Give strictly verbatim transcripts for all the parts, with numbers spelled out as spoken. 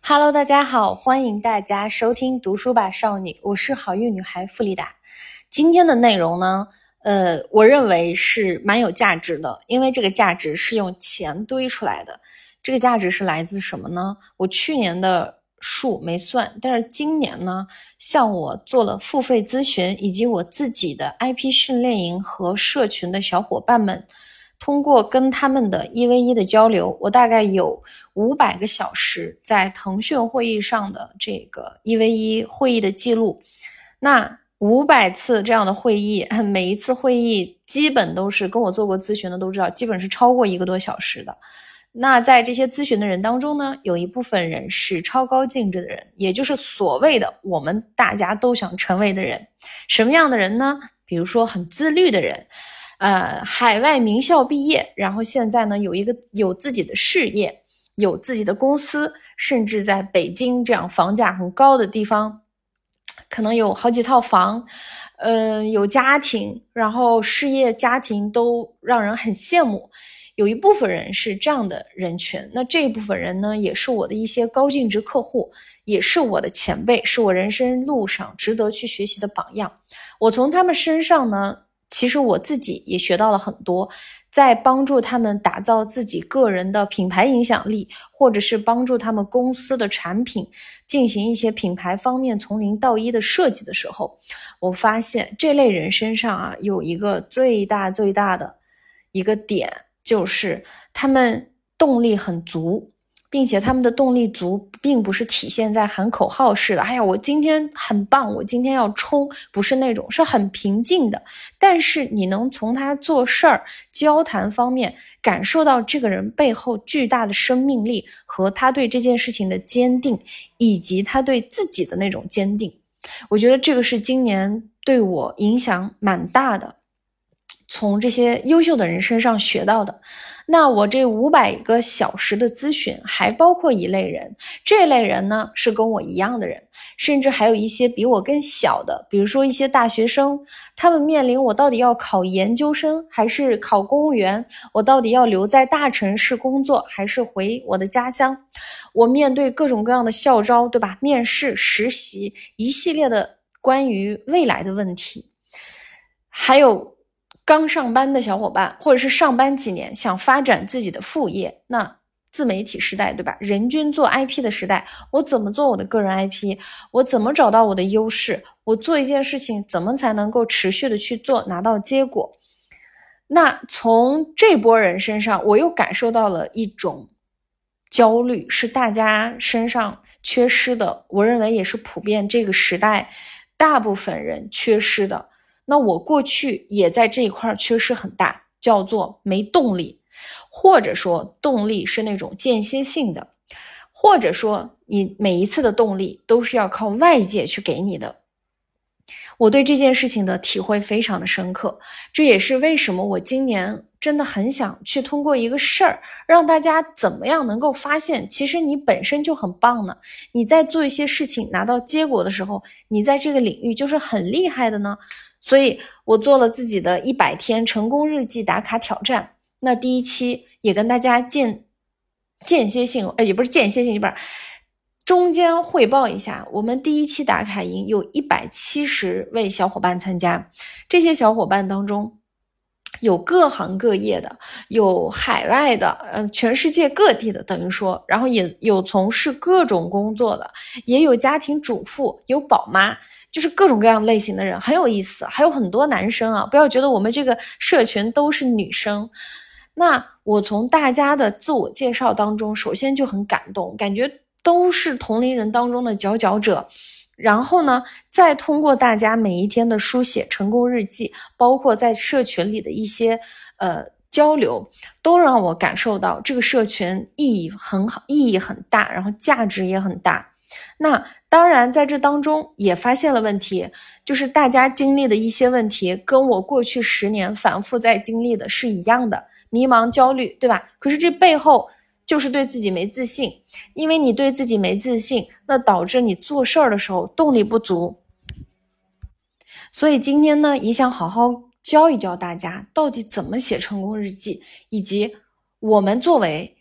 Hello， 大家好，欢迎大家收听读书吧少女，我是好运女孩弗里达。今天的内容呢，呃，我认为是蛮有价值的，因为这个价值是用钱堆出来的。这个价值是来自什么呢？我去年的数没算，但是今年呢，像我做了付费咨询，以及我自己的 I P 训练营和社群的小伙伴们，通过跟他们的一 v 一的交流，我大概有五百个小时在腾讯会议上的这个一 v 一会议的记录。那五百次这样的会议，每一次会议基本都是跟我做过咨询的都知道，基本是超过一个多小时的。那在这些咨询的人当中呢，有一部分人是超高净值的人，也就是所谓的我们大家都想成为的人。什么样的人呢？比如说很自律的人，呃，海外名校毕业，然后现在呢有一个有自己的事业，有自己的公司，甚至在北京这样房价很高的地方，可能有好几套房，呃，有家庭，然后事业家庭都让人很羡慕。有一部分人是这样的人群，那这一部分人呢，也是我的一些高净值客户，也是我的前辈，是我人生路上值得去学习的榜样。我从他们身上呢，其实我自己也学到了很多，在帮助他们打造自己个人的品牌影响力，或者是帮助他们公司的产品进行一些品牌方面从零到一的设计的时候，我发现这类人身上啊，有一个最大最大的一个点，就是他们动力很足，并且他们的动力足并不是体现在喊口号式的，哎呀我今天很棒，我今天要冲，不是那种，是很平静的。但是你能从他做事儿交谈方面感受到这个人背后巨大的生命力，和他对这件事情的坚定，以及他对自己的那种坚定。我觉得这个是今年对我影响蛮大的，从这些优秀的人身上学到的。那我这五百个小时的咨询还包括一类人，这类人呢是跟我一样的人，甚至还有一些比我更小的，比如说一些大学生，他们面临我到底要考研究生还是考公务员，我到底要留在大城市工作还是回我的家乡，我面对各种各样的校招，对吧？面试、实习，一系列的关于未来的问题。还有刚上班的小伙伴，或者是上班几年想发展自己的副业，那自媒体时代，对吧？人均做 I P 的时代，我怎么做我的个人 I P？ 我怎么找到我的优势？我做一件事情怎么才能够持续的去做，拿到结果？那从这波人身上，我又感受到了一种焦虑，是大家身上缺失的，我认为也是普遍这个时代大部分人缺失的。那我过去也在这一块缺失很大，叫做没动力，或者说动力是那种间歇性的，或者说你每一次的动力都是要靠外界去给你的。我对这件事情的体会非常的深刻，这也是为什么我今年真的很想去通过一个事儿，让大家怎么样能够发现，其实你本身就很棒呢。你在做一些事情拿到结果的时候，你在这个领域就是很厉害的呢。所以我做了自己的一百天成功日记打卡挑战，那第一期也跟大家间间歇性，呃，也不是间歇性，不是中间汇报一下，我们第一期打卡营有一百七十位小伙伴参加，这些小伙伴当中有各行各业的，有海外的，呃，全世界各地的，等于说，然后也有从事各种工作的，也有家庭主妇，有宝妈，就是各种各样类型的人，很有意思。还有很多男生啊，不要觉得我们这个社群都是女生。那我从大家的自我介绍当中，首先就很感动，感觉都是同龄人当中的佼佼者。然后呢，再通过大家每一天的书写成功日记，包括在社群里的一些呃交流，都让我感受到这个社群意义很好，意义很大，然后价值也很大。那当然在这当中也发现了问题，就是大家经历的一些问题跟我过去十年反复在经历的是一样的，迷茫焦虑，对吧？可是这背后就是对自己没自信，因为你对自己没自信，那导致你做事儿的时候动力不足。所以今天呢，也想好好教一教大家到底怎么写成功日记，以及我们作为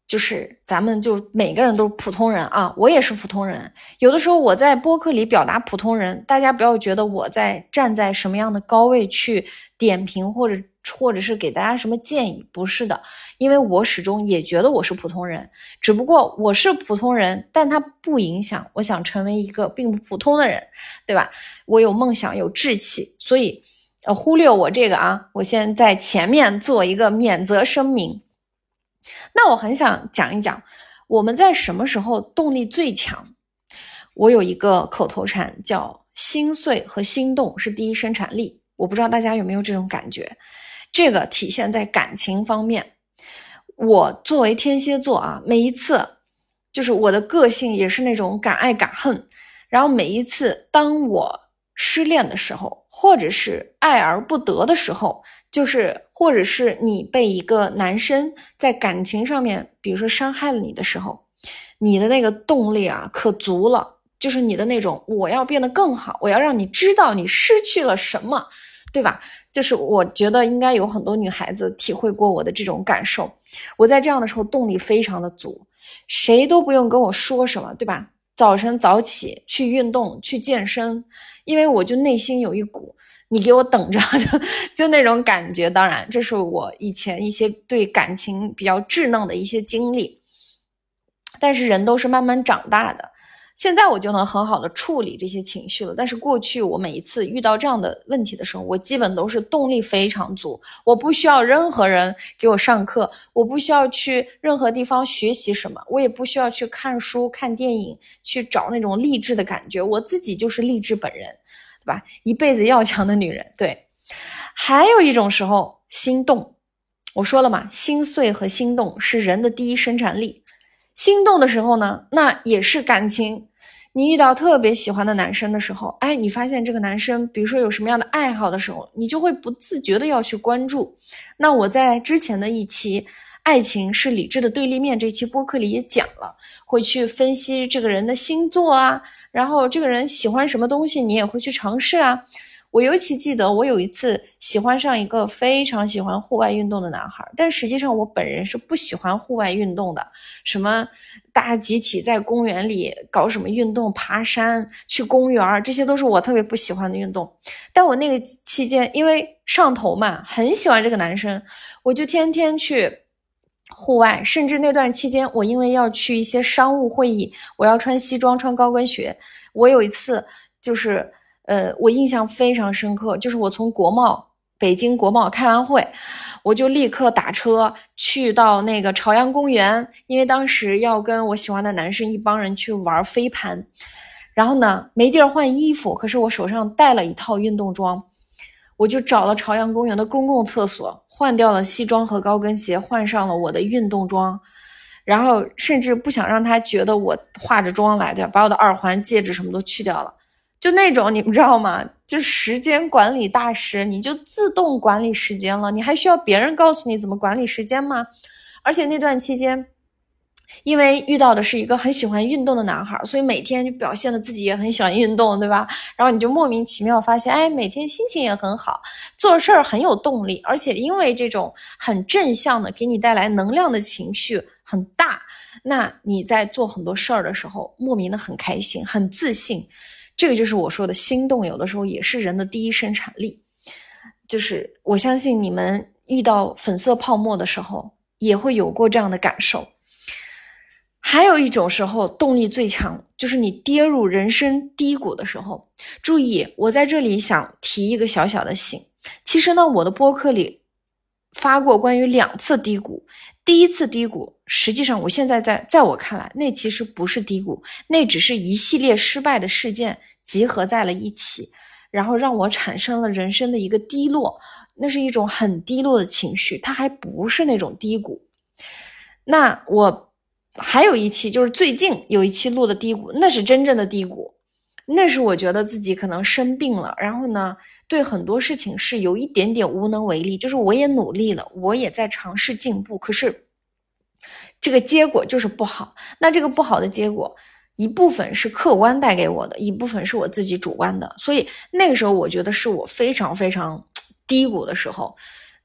就是咱们就每个人都是普通人啊，我也是普通人。有的时候我在播客里表达普通人，大家不要觉得我在站在什么样的高位去点评或者或者是给大家什么建议，不是的，因为我始终也觉得我是普通人，只不过我是普通人，但它不影响我想成为一个并不普通的人，对吧？我有梦想，有志气，所以呃忽略我这个啊，我先在前面做一个免责声明。那我很想讲一讲我们在什么时候动力最强。我有一个口头禅叫心碎和心动是第一生产力，我不知道大家有没有这种感觉。这个体现在感情方面，我作为天蝎座啊，每一次就是我的个性也是那种敢爱敢恨，然后每一次当我失恋的时候，或者是爱而不得的时候，就是或者是你被一个男生在感情上面比如说伤害了你的时候，你的那个动力啊可足了，就是你的那种我要变得更好，我要让你知道你失去了什么，对吧？就是我觉得应该有很多女孩子体会过我的这种感受，我在这样的时候动力非常的足，谁都不用跟我说什么，对吧？早晨早起去运动去健身，因为我就内心有一股你给我等着就就那种感觉。当然这是我以前一些对感情比较稚嫩的一些经历，但是人都是慢慢长大的，现在我就能很好的处理这些情绪了。但是过去我每一次遇到这样的问题的时候，我基本都是动力非常足，我不需要任何人给我上课，我不需要去任何地方学习什么，我也不需要去看书看电影去找那种励志的感觉，我自己就是励志本人，对吧？一辈子要强的女人。对，还有一种时候心动，我说了嘛，心碎和心动是人的第一生产力。心动的时候呢，那也是感情，你遇到特别喜欢的男生的时候，哎，你发现这个男生比如说有什么样的爱好的时候，你就会不自觉的要去关注。那我在之前的一期爱情是理智的对立面这一期播客里也讲了，会去分析这个人的星座啊，然后这个人喜欢什么东西你也会去尝试啊。我尤其记得我有一次喜欢上一个非常喜欢户外运动的男孩，但实际上我本人是不喜欢户外运动的，什么大家集体在公园里搞什么运动，爬山去公园，这些都是我特别不喜欢的运动。但我那个期间因为上头嘛，很喜欢这个男生，我就天天去户外，甚至那段期间我因为要去一些商务会议，我要穿西装穿高跟鞋，我有一次就是呃，我印象非常深刻，就是我从国贸北京国贸开完会，我就立刻打车去到那个朝阳公园，因为当时要跟我喜欢的男生一帮人去玩飞盘，然后呢没地儿换衣服，可是我手上带了一套运动装，我就找了朝阳公园的公共厕所，换掉了西装和高跟鞋，换上了我的运动装，然后甚至不想让他觉得我化着妆来，对吧？把我的耳环戒指什么都去掉了，就那种你们知道吗？就时间管理大师，你就自动管理时间了，你还需要别人告诉你怎么管理时间吗？而且那段期间因为遇到的是一个很喜欢运动的男孩，所以每天就表现的自己也很喜欢运动，对吧？然后你就莫名其妙发现，哎，每天心情也很好，做事儿很有动力，而且因为这种很正向的给你带来能量的情绪很大，那你在做很多事儿的时候莫名的很开心很自信。这个就是我说的心动，有的时候也是人的第一生产力。就是我相信你们遇到粉色泡沫的时候也会有过这样的感受。还有一种时候动力最强，就是你跌入人生低谷的时候。注意，我在这里想提一个小小的醒，其实呢我的播客里发过关于两次低谷。第一次低谷实际上我现在在在我看来那其实不是低谷，那只是一系列失败的事件集合在了一起，然后让我产生了人生的一个低落，那是一种很低落的情绪，它还不是那种低谷。那我还有一期就是最近有一期录的低谷，那是真正的低谷，那是我觉得自己可能生病了，然后呢对很多事情是有一点点无能为力，就是我也努力了，我也在尝试进步，可是这个结果就是不好。那这个不好的结果一部分是客观带给我的，一部分是我自己主观的，所以那个时候我觉得是我非常非常低谷的时候。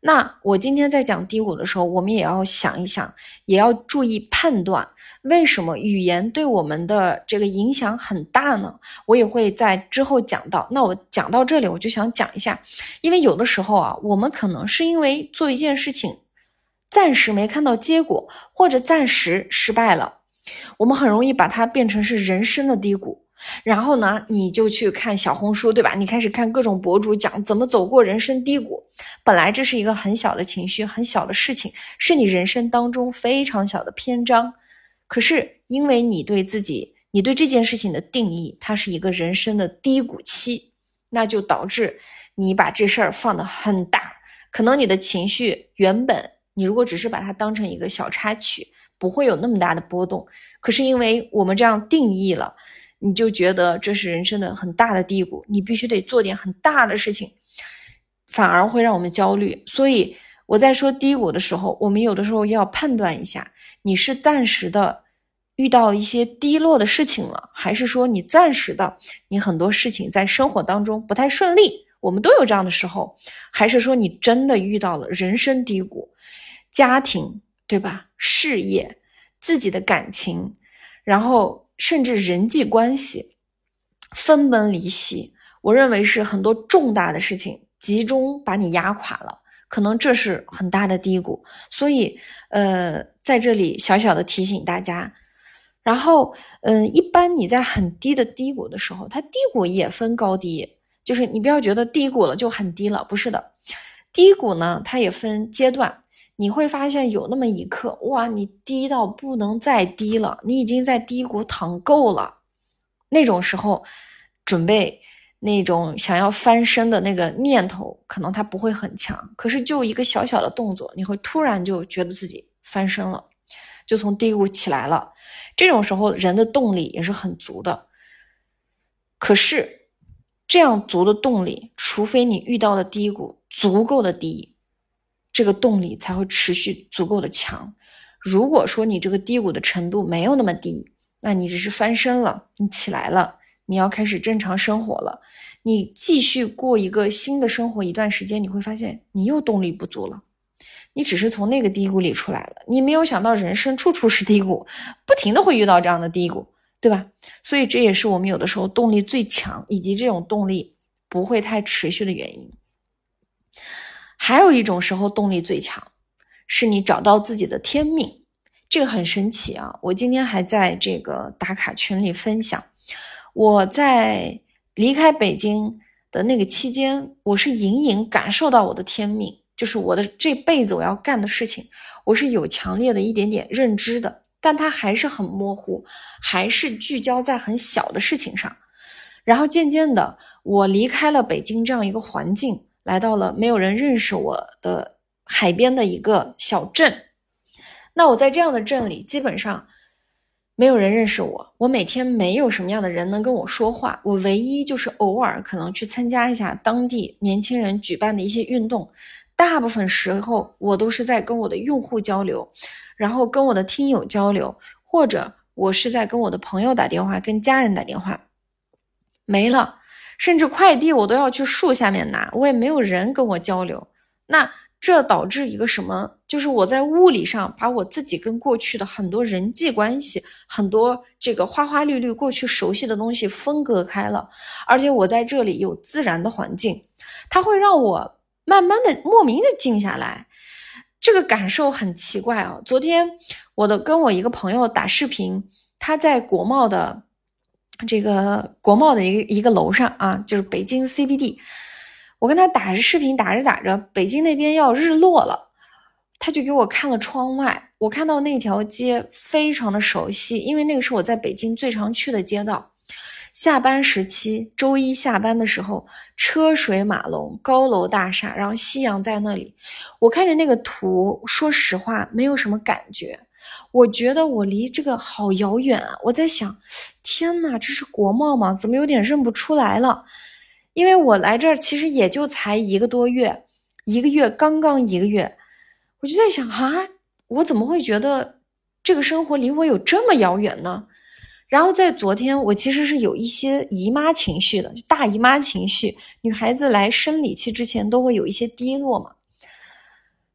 那我今天在讲低谷的时候，我们也要想一想，也要注意判断，为什么语言对我们的这个影响很大呢？我也会在之后讲到。那我讲到这里，我就想讲一下，因为有的时候啊，我们可能是因为做一件事情暂时没看到结果，或者暂时失败了，我们很容易把它变成是人生的低谷。然后呢，你就去看小红书，对吧？你开始看各种博主讲怎么走过人生低谷。本来这是一个很小的情绪，很小的事情，是你人生当中非常小的篇章。可是因为你对自己，你对这件事情的定义，它是一个人生的低谷期，那就导致你把这事儿放得很大。可能你的情绪原本，你如果只是把它当成一个小插曲，不会有那么大的波动。可是因为我们这样定义了，你就觉得这是人生的很大的低谷，你必须得做点很大的事情，反而会让我们焦虑。所以我在说低谷的时候，我们有的时候要判断一下，你是暂时的遇到一些低落的事情了，还是说你暂时的你很多事情在生活当中不太顺利，我们都有这样的时候，还是说你真的遇到了人生低谷，家庭，对吧？事业，自己的感情，然后甚至人际关系分崩离析，我认为是很多重大的事情集中把你压垮了，可能这是很大的低谷。所以呃，在这里小小的提醒大家。然后嗯、呃，一般你在很低的低谷的时候，它低谷也分高低，就是你不要觉得低谷了就很低了，不是的。低谷呢，它也分阶段。你会发现有那么一刻，哇，你低到不能再低了，你已经在低谷躺够了，那种时候准备那种想要翻身的那个念头可能它不会很强，可是就一个小小的动作，你会突然就觉得自己翻身了，就从低谷起来了。这种时候人的动力也是很足的。可是这样足的动力，除非你遇到的低谷足够的低，这个动力才会持续足够的强。如果说你这个低谷的程度没有那么低，那你只是翻身了，你起来了，你要开始正常生活了，你继续过一个新的生活一段时间，你会发现你又动力不足了。你只是从那个低谷里出来了，你没有想到人生处处是低谷，不停的会遇到这样的低谷，对吧？所以这也是我们有的时候动力最强，以及这种动力不会太持续的原因。还有一种时候动力最强，是你找到自己的天命。这个很神奇啊！我今天还在这个打卡群里分享，我在离开北京的那个期间，我是隐隐感受到我的天命，就是我的这辈子我要干的事情，我是有强烈的一点点认知的，但它还是很模糊，还是聚焦在很小的事情上。然后渐渐的，我离开了北京这样一个环境，来到了没有人认识我的海边的一个小镇。那我在这样的镇里，基本上没有人认识我，我每天没有什么样的人能跟我说话，我唯一就是偶尔可能去参加一下当地年轻人举办的一些运动，大部分时候我都是在跟我的用户交流，然后跟我的听友交流，或者我是在跟我的朋友打电话，跟家人打电话，没了。甚至快递我都要去树下面拿，我也没有人跟我交流。那这导致一个什么，就是我在物理上把我自己跟过去的很多人际关系，很多这个花花绿绿过去熟悉的东西分割开了。而且我在这里有自然的环境，它会让我慢慢的莫名的静下来，这个感受很奇怪啊。昨天我的跟我一个朋友打视频，他在国贸的这个国贸的一个一个楼上啊，就是北京 C B D， 我跟他打着视频，打着打着，北京那边要日落了，他就给我看了窗外，我看到那条街非常的熟悉，因为那个是我在北京最常去的街道。下班时期，周一下班的时候，车水马龙，高楼大厦，然后夕阳在那里。我看着那个图，说实话没有什么感觉，我觉得我离这个好遥远啊。我在想，天哪，这是国贸吗？怎么有点认不出来了？因为我来这儿其实也就才一个多月，一个月刚刚一个月，我就在想啊，我怎么会觉得这个生活离我有这么遥远呢？然后在昨天，我其实是有一些姨妈情绪的，大姨妈情绪，女孩子来生理期之前都会有一些低落嘛。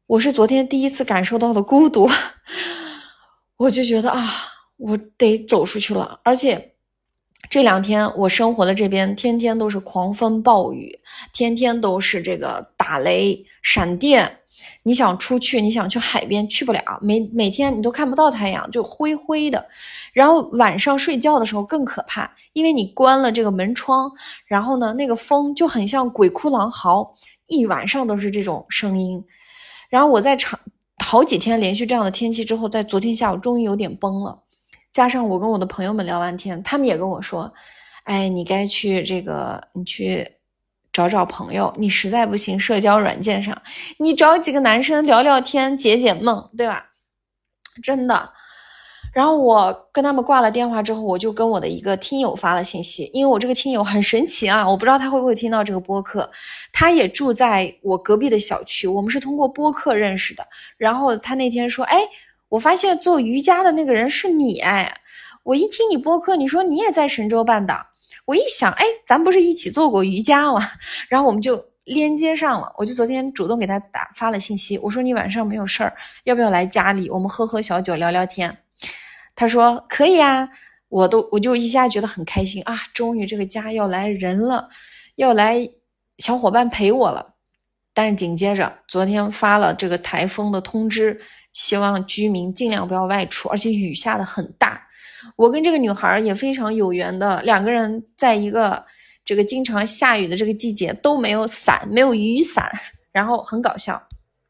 我是昨天第一次感受到了孤独，我就觉得啊，我得走出去了。而且这两天我生活的这边天天都是狂风暴雨，天天都是这个打雷闪电，你想出去，你想去海边去不了，每每天你都看不到太阳，就灰灰的。然后晚上睡觉的时候更可怕，因为你关了这个门窗，然后呢那个风就很像鬼哭狼嚎，一晚上都是这种声音。然后我在长好几天连续这样的天气之后，在昨天下午终于有点崩了。加上我跟我的朋友们聊完天，他们也跟我说，哎，你该去这个你去找找朋友，你实在不行社交软件上你找几个男生聊聊天解解闷，对吧？真的。然后我跟他们挂了电话之后，我就跟我的一个听友发了信息，因为我这个听友很神奇啊，我不知道他会不会听到这个播客，他也住在我隔壁的小区，我们是通过播客认识的。然后他那天说，哎，我发现做瑜伽的那个人是你，哎，我一听你播客，你说你也在神州半岛，我一想，哎，咱不是一起做过瑜伽吗？然后我们就连接上了，我就昨天主动给他打发了信息，我说你晚上没有事儿，要不要来家里，我们喝喝小酒聊聊天。他说可以啊，我都我就一下觉得很开心啊，终于这个家要来人了，要来小伙伴陪我了。但是紧接着昨天发了这个台风的通知，希望居民尽量不要外出，而且雨下得很大。我跟这个女孩也非常有缘的，两个人在一个这个经常下雨的这个季节都没有伞，没有雨伞，然后很搞笑。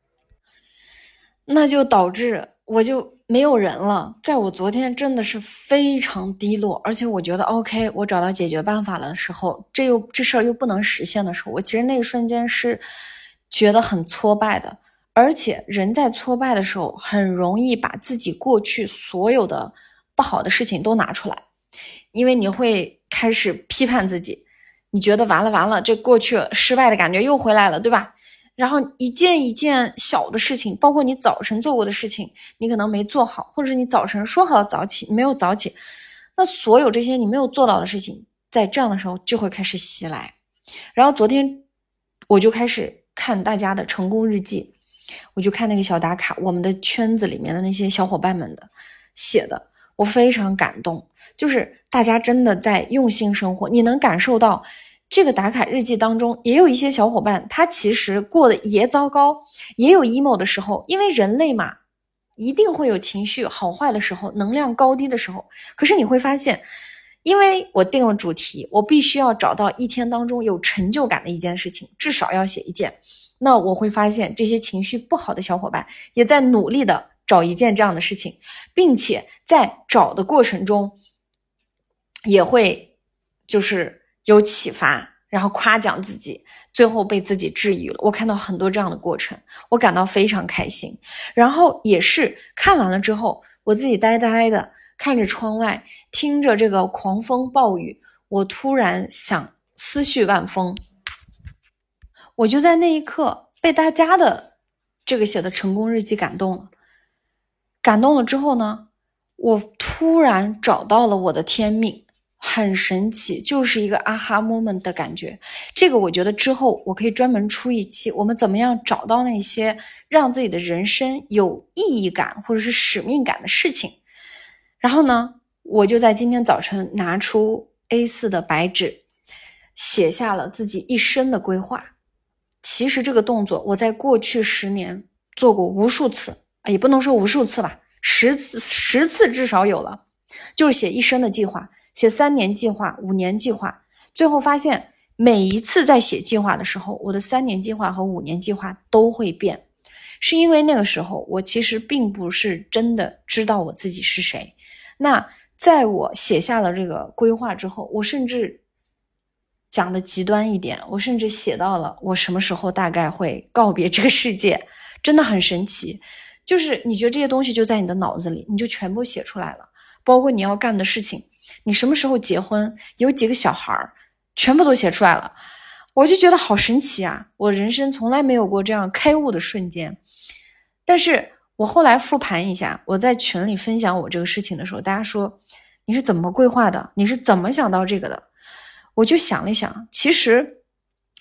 那就导致我就没有人了。在我昨天真的是非常低落，而且我觉得 OK 我找到解决办法了的时候，这又这事儿又不能实现的时候，我其实那一瞬间是觉得很挫败的。而且人在挫败的时候很容易把自己过去所有的不好的事情都拿出来，因为你会开始批判自己，你觉得完了完了，这过去失败的感觉又回来了，对吧？然后一件一件小的事情，包括你早晨做过的事情，你可能没做好，或者是你早晨说好早起，没有早起，那所有这些你没有做到的事情，在这样的时候就会开始袭来。然后昨天我就开始看大家的成功日记，我就看那个小打卡，我们的圈子里面的那些小伙伴们的写的，我非常感动，就是大家真的在用心生活，你能感受到这个打卡日记当中也有一些小伙伴，他其实过得也糟糕，也有 emo 的时候，因为人类嘛，一定会有情绪好坏的时候，能量高低的时候。可是你会发现，因为我定了主题，我必须要找到一天当中有成就感的一件事情，至少要写一件。那我会发现这些情绪不好的小伙伴也在努力的找一件这样的事情，并且在找的过程中也会就是有启发，然后夸奖自己，最后被自己治愈了。我看到很多这样的过程，我感到非常开心。然后也是看完了之后，我自己呆呆的看着窗外，听着这个狂风暴雨，我突然想思绪万丰。我就在那一刻被大家的这个写的成功日记感动了。感动了之后呢，我突然找到了我的天命，很神奇，就是一个 aha moment 的感觉。这个我觉得之后我可以专门出一期，我们怎么样找到那些让自己的人生有意义感或者是使命感的事情。然后呢，我就在今天早晨拿出 A 四 的白纸，写下了自己一生的规划。其实这个动作我在过去十年做过无数次，也不能说无数次吧，十次十次至少有了，就是写一生的计划，写三年计划，五年计划。最后发现每一次在写计划的时候，我的三年计划和五年计划都会变，是因为那个时候我其实并不是真的知道我自己是谁。那在我写下了这个规划之后，我甚至讲的极端一点，我甚至写到了我什么时候大概会告别这个世界，真的很神奇。就是你觉得这些东西就在你的脑子里，你就全部写出来了，包括你要干的事情，你什么时候结婚，有几个小孩，全部都写出来了。我就觉得好神奇啊，我人生从来没有过这样开悟的瞬间。但是我后来复盘一下，我在群里分享我这个事情的时候，大家说你是怎么规划的，你是怎么想到这个的。我就想了一想，其实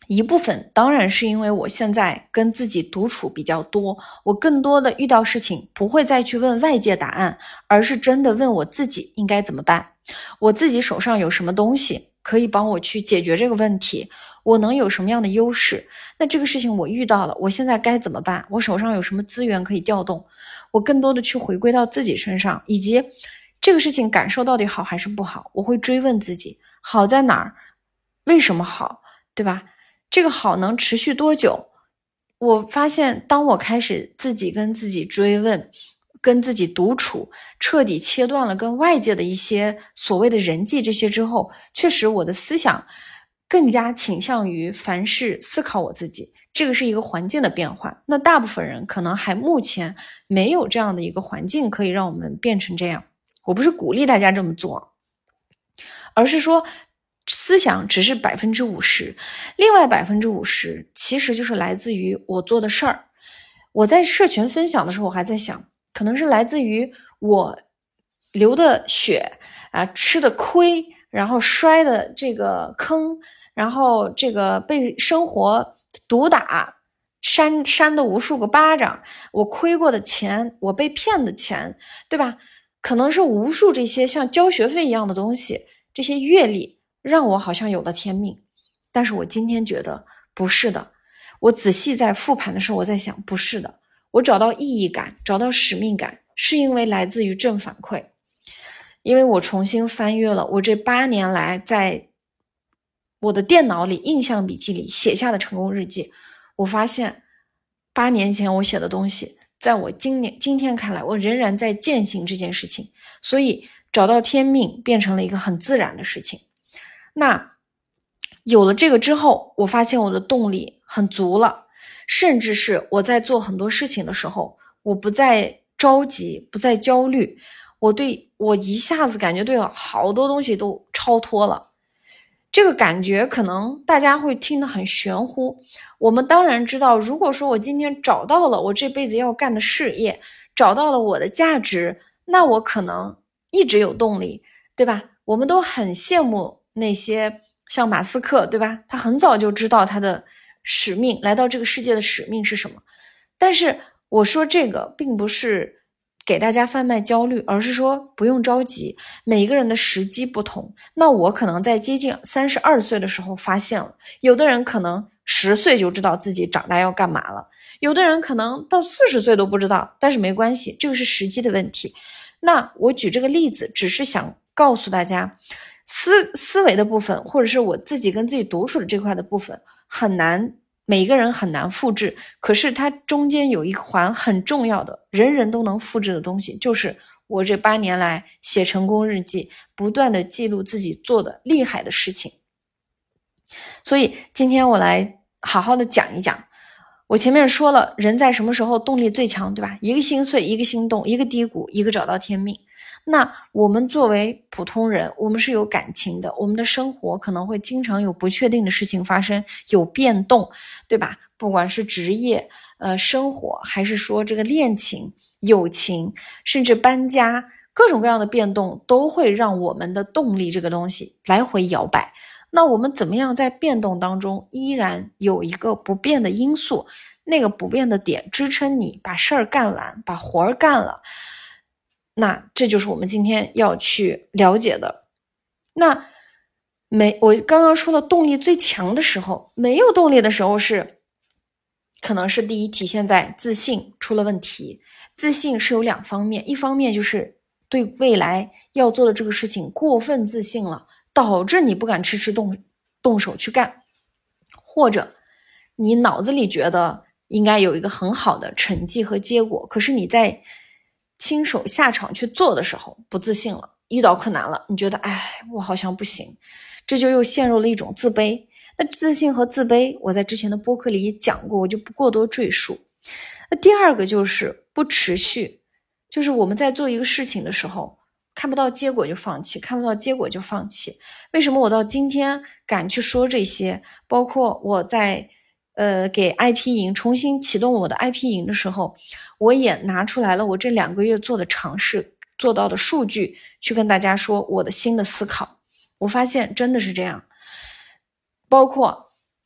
一部分当然是因为我现在跟自己独处比较多，我更多的遇到事情不会再去问外界答案，而是真的问我自己应该怎么办，我自己手上有什么东西可以帮我去解决这个问题，我能有什么样的优势，那这个事情我遇到了，我现在该怎么办，我手上有什么资源可以调动，我更多的去回归到自己身上，以及这个事情感受到底好还是不好，我会追问自己好在哪儿，为什么好，对吧？这个好能持续多久？我发现当我开始自己跟自己追问，跟自己独处，彻底切断了跟外界的一些所谓的人际这些之后，确实我的思想更加倾向于凡事思考我自己，这个是一个环境的变化。那大部分人可能还目前没有这样的一个环境可以让我们变成这样，我不是鼓励大家这么做，而是说思想只是百分之五十，另外百分之五十其实就是来自于我做的事儿。我在社群分享的时候，我还在想，可能是来自于我流的血啊，吃的亏，然后摔的这个坑，然后这个被生活毒打，扇扇的无数个巴掌，我亏过的钱，我被骗的钱，对吧？可能是无数这些像交学费一样的东西，这些阅历让我好像有了天命。但是我今天觉得不是的，我仔细在复盘的时候，我在想，不是的，我找到意义感，找到使命感，是因为来自于正反馈。因为我重新翻阅了我这八年来在我的电脑里印象笔记里写下的成功日记，我发现八年前我写的东西，在我今年今天看来，我仍然在践行这件事情，所以找到天命变成了一个很自然的事情。那有了这个之后，我发现我的动力很足了，甚至是我在做很多事情的时候，我不再着急，不再焦虑，我对我一下子感觉对好多东西都超脱了。这个感觉可能大家会听得很玄乎，我们当然知道，如果说我今天找到了我这辈子要干的事业，找到了我的价值，那我可能一直有动力，对吧？我们都很羡慕那些像马斯克，对吧？他很早就知道他的使命，来到这个世界的使命是什么。但是我说这个并不是给大家贩卖焦虑，而是说不用着急，每一个人的时机不同。那我可能在接近三十二岁的时候发现了，有的人可能十岁就知道自己长大要干嘛了，有的人可能到四十岁都不知道，但是没关系，这个是时机的问题。那我举这个例子只是想告诉大家，思思维的部分，或者是我自己跟自己独处的这块的部分，很难，每个人很难复制，可是它中间有一环很重要的，人人都能复制的东西，就是我这八年来写成功日记，不断的记录自己做的厉害的事情。所以今天我来好好的讲一讲。我前面说了，人在什么时候动力最强，对吧？一个心碎，一个心动，一个低谷，一个找到天命。那我们作为普通人，我们是有感情的，我们的生活可能会经常有不确定的事情发生，有变动，对吧？不管是职业、呃生活，还是说这个恋情、友情，甚至搬家，各种各样的变动都会让我们的动力这个东西来回摇摆。那我们怎么样在变动当中依然有一个不变的因素，那个不变的点支撑你把事儿干完，把活儿干了，那这就是我们今天要去了解的。那没我刚刚说的动力最强的时候，没有动力的时候是可能是第一体现在自信出了问题。自信是有两方面，一方面就是对未来要做的这个事情过分自信了，导致你不敢迟迟动动手去干，或者你脑子里觉得应该有一个很好的成绩和结果，可是你在亲手下场去做的时候不自信了，遇到困难了，你觉得哎，我好像不行，这就又陷入了一种自卑。那自信和自卑我在之前的播客里也讲过，我就不过多赘述。那第二个就是不持续，就是我们在做一个事情的时候看不到结果就放弃，看不到结果就放弃。为什么我到今天敢去说这些？包括我在呃给 I P 营重新启动我的 I P 营的时候，我也拿出来了我这两个月做的尝试，做到的数据，去跟大家说我的新的思考。我发现真的是这样，包括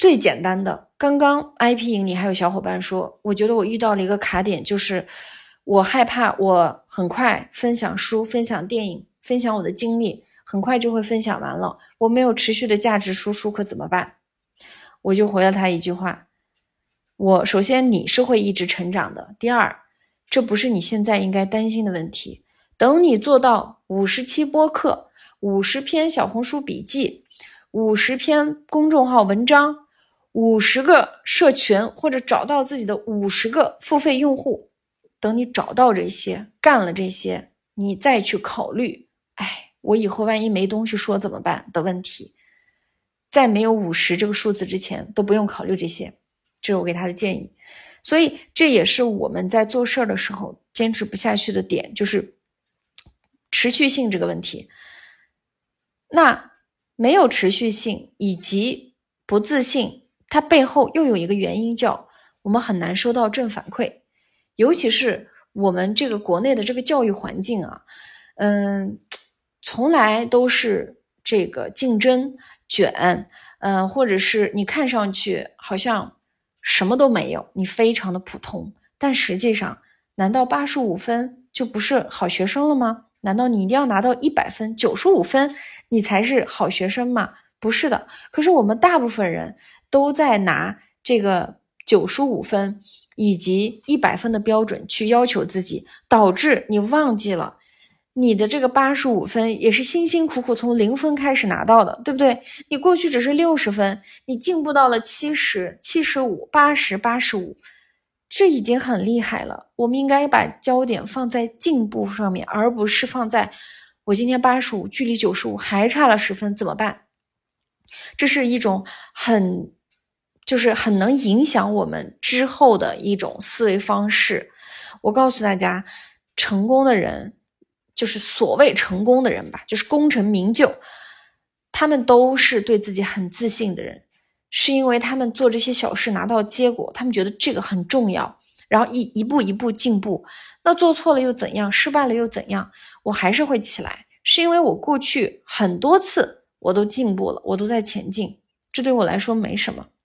最简单的，刚刚 I P 营里还有小伙伴说，我觉得我遇到了一个卡点，就是我害怕我很快分享书、分享电影、分享我的经历，很快就会分享完了，我没有持续的价值输出，可怎么办？我就回了他一句话，我首先你是会一直成长的，第二，这不是你现在应该担心的问题，等你做到五十期播客、五十篇小红书笔记、五十篇公众号文章、五十个社群，或者找到自己的五十个付费用户，等你找到这些，干了这些，你再去考虑，哎，我以后万一没东西说怎么办的问题。在没有五十这个数字之前，都不用考虑这些，这是我给他的建议。所以这也是我们在做事儿的时候坚持不下去的点，就是持续性这个问题。那没有持续性以及不自信，它背后又有一个原因，叫我们很难收到正反馈。尤其是我们这个国内的这个教育环境啊，嗯，从来都是这个竞争卷，嗯，或者是你看上去好像什么都没有，你非常的普通，但实际上，难道八十五分就不是好学生了吗？难道你一定要拿到一百分、九十五分，你才是好学生吗？不是的。可是我们大部分人都在拿这个九十五分以及一百分的标准去要求自己，导致你忘记了你的这个八十五分也是辛辛苦苦从零分开始拿到的，对不对？你过去只是六十分，你进步到了七十、七十五、八十、八十五，这已经很厉害了。我们应该把焦点放在进步上面，而不是放在我今天八十五，距离九十五还差了十分，怎么办？这是一种很就是很能影响我们之后的一种思维方式。我告诉大家，成功的人，就是所谓成功的人吧，就是功成名就，他们都是对自己很自信的人，是因为他们做这些小事拿到结果，他们觉得这个很重要，然后一一步一步进步。那做错了又怎样？失败了又怎样？我还是会起来，是因为我过去很多次我都进步了，我都在前进，这对我来说没什么。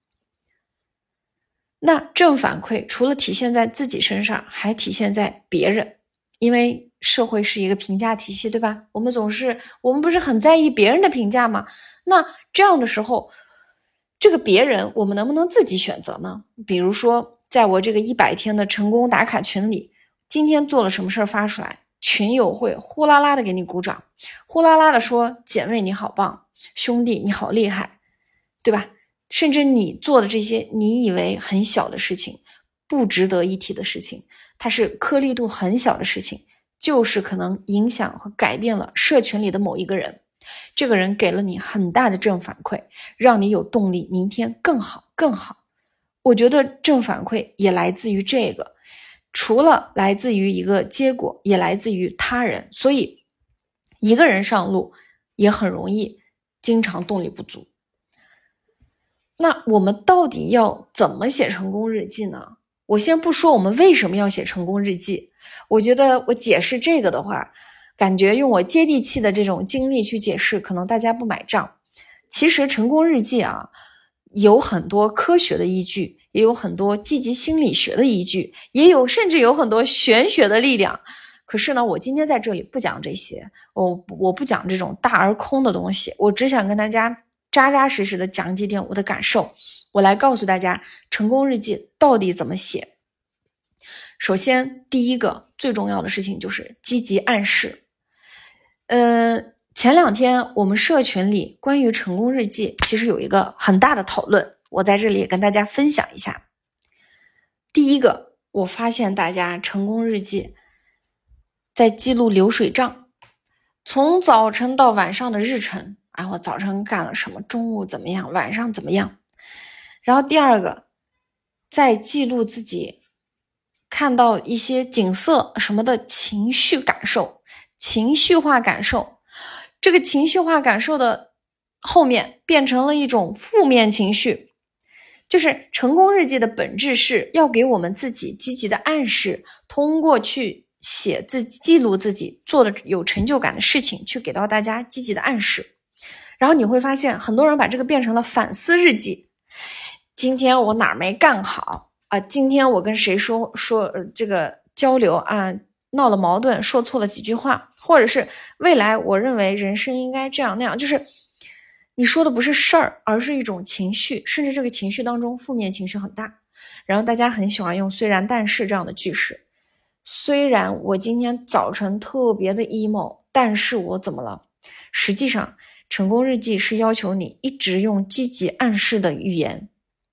那正反馈除了体现在自己身上，还体现在别人，因为社会是一个评价体系，对吧？我们总是，我们不是很在意别人的评价吗？那这样的时候，这个别人我们能不能自己选择呢？比如说，在我这个一百天的成功打卡群里，今天做了什么事儿发出来，群友会呼啦啦的给你鼓掌，呼啦啦的说姐妹你好棒，兄弟你好厉害，对吧？甚至你做的这些你以为很小的事情，不值得一提的事情，它是颗粒度很小的事情，就是可能影响和改变了社群里的某一个人，这个人给了你很大的正反馈，让你有动力明天更好更好。我觉得正反馈也来自于这个，除了来自于一个结果，也来自于他人，所以一个人上路也很容易经常动力不足。那我们到底要怎么写成功日记呢？我先不说我们为什么要写成功日记，我觉得我解释这个的话，感觉用我接地气的这种经历去解释，可能大家不买账。其实成功日记啊，有很多科学的依据，也有很多积极心理学的依据，也有甚至有很多玄学的力量。可是呢，我今天在这里不讲这些，我我不讲这种大而空的东西，我只想跟大家扎扎实实的讲几点我的感受，我来告诉大家成功日记到底怎么写。首先，第一个最重要的事情就是积极暗示。呃，前两天我们社群里关于成功日记其实有一个很大的讨论，我在这里也跟大家分享一下。第一个，我发现大家成功日记在记录流水账，从早晨到晚上的日程，啊，我早晨干了什么，中午怎么样，晚上怎么样。然后第二个，在记录自己看到一些景色什么的情绪感受，情绪化感受，这个情绪化感受的后面变成了一种负面情绪。就是成功日记的本质是要给我们自己积极的暗示，通过去写自己记录自己做的有成就感的事情，去给到大家积极的暗示。然后你会发现很多人把这个变成了反思日记， 今天我哪儿没干好啊？今天我跟谁说说、呃、这个交流啊，闹了矛盾，说错了几句话，或者是未来我认为人生应该这样那样，就是你说的不是事儿，而是一种情绪，甚至这个情绪当中负面情绪很大。然后大家很喜欢用虽然但是这样的句式，虽然我今天早晨特别的 emo， 但是我怎么了？实际上成功日记是要求你一直用积极暗示的语言，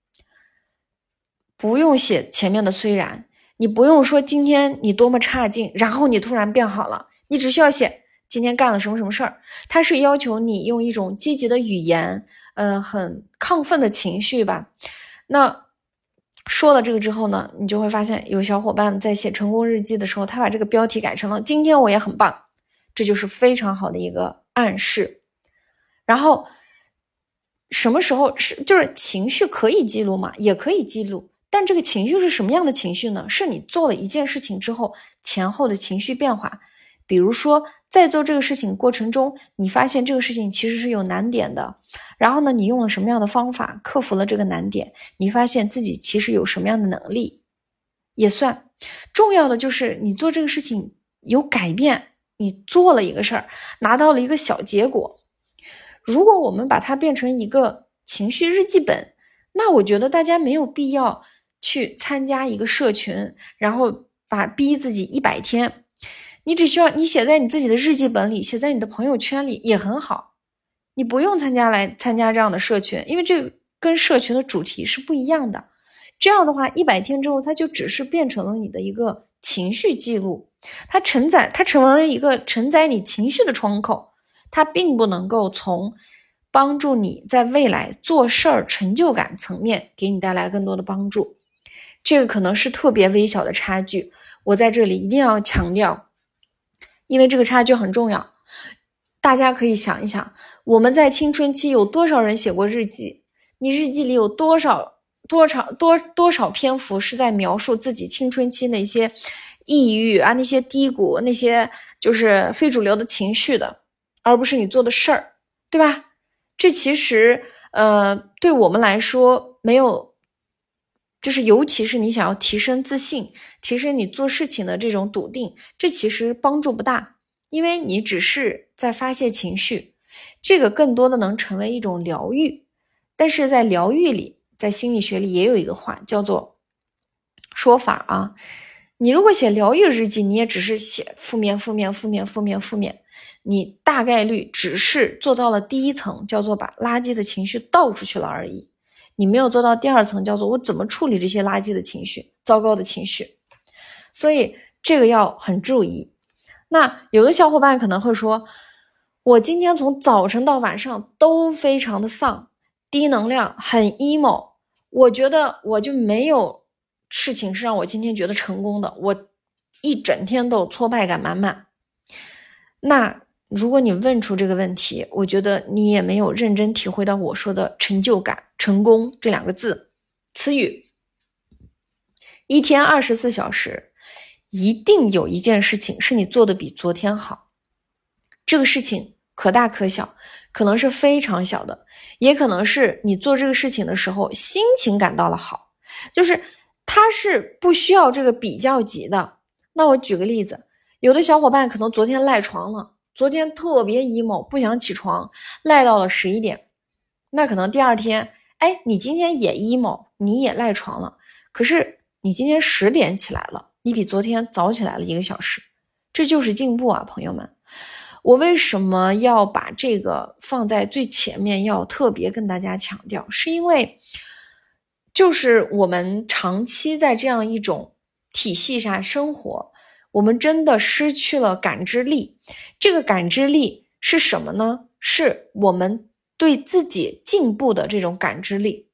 不用写前面的虽然，你不用说今天你多么差劲，然后你突然变好了，你只需要写今天干了什么什么事儿。它是要求你用一种积极的语言，呃，很亢奋的情绪吧。那说了这个之后呢，你就会发现有小伙伴在写成功日记的时候，他把这个标题改成了今天我也很棒，这就是非常好的一个暗示。然后什么时候是就是情绪可以记录吗？也可以记录，但这个情绪是什么样的情绪呢？是你做了一件事情之后前后的情绪变化。比如说在做这个事情过程中，你发现这个事情其实是有难点的，然后呢你用了什么样的方法克服了这个难点，你发现自己其实有什么样的能力也算。重要的就是你做这个事情有改变，你做了一个事儿拿到了一个小结果。如果我们把它变成一个情绪日记本，那我觉得大家没有必要去参加一个社群，然后把逼自己一百天。你只需要你写在你自己的日记本里，写在你的朋友圈里也很好。你不用参加来参加这样的社群，因为这个跟社群的主题是不一样的。这样的话一百天之后，它就只是变成了你的一个情绪记录，它承载它成为了一个承载你情绪的窗口，它并不能够从帮助你在未来做事儿成就感层面给你带来更多的帮助。这个可能是特别微小的差距，我在这里一定要强调，因为这个差距很重要。大家可以想一想，我们在青春期有多少人写过日记？你日记里有多少多少多多少篇幅是在描述自己青春期那些抑郁啊，那些低谷，那些就是非主流的情绪的，而不是你做的事儿，对吧？这其实呃对我们来说没有，就是尤其是你想要提升自信，提升你做事情的这种笃定，这其实帮助不大，因为你只是在发泄情绪，这个更多的能成为一种疗愈。但是在疗愈里，在心理学里也有一个话叫做说法啊，你如果写疗愈日记，你也只是写负面负面负面负面负面，你大概率只是做到了第一层，叫做把垃圾的情绪倒出去了而已，你没有做到第二层，叫做我怎么处理这些垃圾的情绪，糟糕的情绪。所以这个要很注意。那有的小伙伴可能会说，我今天从早晨到晚上都非常的丧，低能量，很 emo， 我觉得我就没有事情是让我今天觉得成功的，我一整天都挫败感满满。那如果你问出这个问题，我觉得你也没有认真体会到我说的成就感、成功这两个字词语。一天二十四小时，一定有一件事情是你做的比昨天好。这个事情可大可小，可能是非常小的，也可能是你做这个事情的时候心情感到了好，就是它是不需要这个比较级的。那我举个例子，有的小伙伴可能昨天赖床了，昨天特别 emo， 不想起床，赖到了十一点。那可能第二天，哎，你今天也 emo， 你也赖床了，可是你今天十点起来了，你比昨天早起来了一个小时，这就是进步啊，朋友们。我为什么要把这个放在最前面，要特别跟大家强调，是因为就是我们长期在这样一种体系下生活，我们真的失去了感知力。这个感知力是什么呢？是我们对自己进步的这种感知力。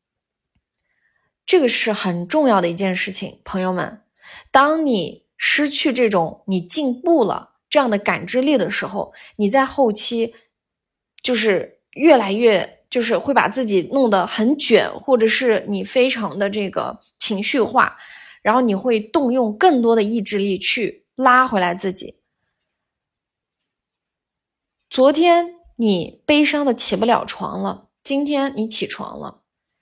这个是很重要的一件事情，朋友们，当你失去这种你进步了这样的感知力的时候，你在后期就是越来越就是会把自己弄得很卷，或者是你非常的这个情绪化，然后你会动用更多的意志力去拉回来自己。昨天你悲伤的起不了床了，今天你起床了，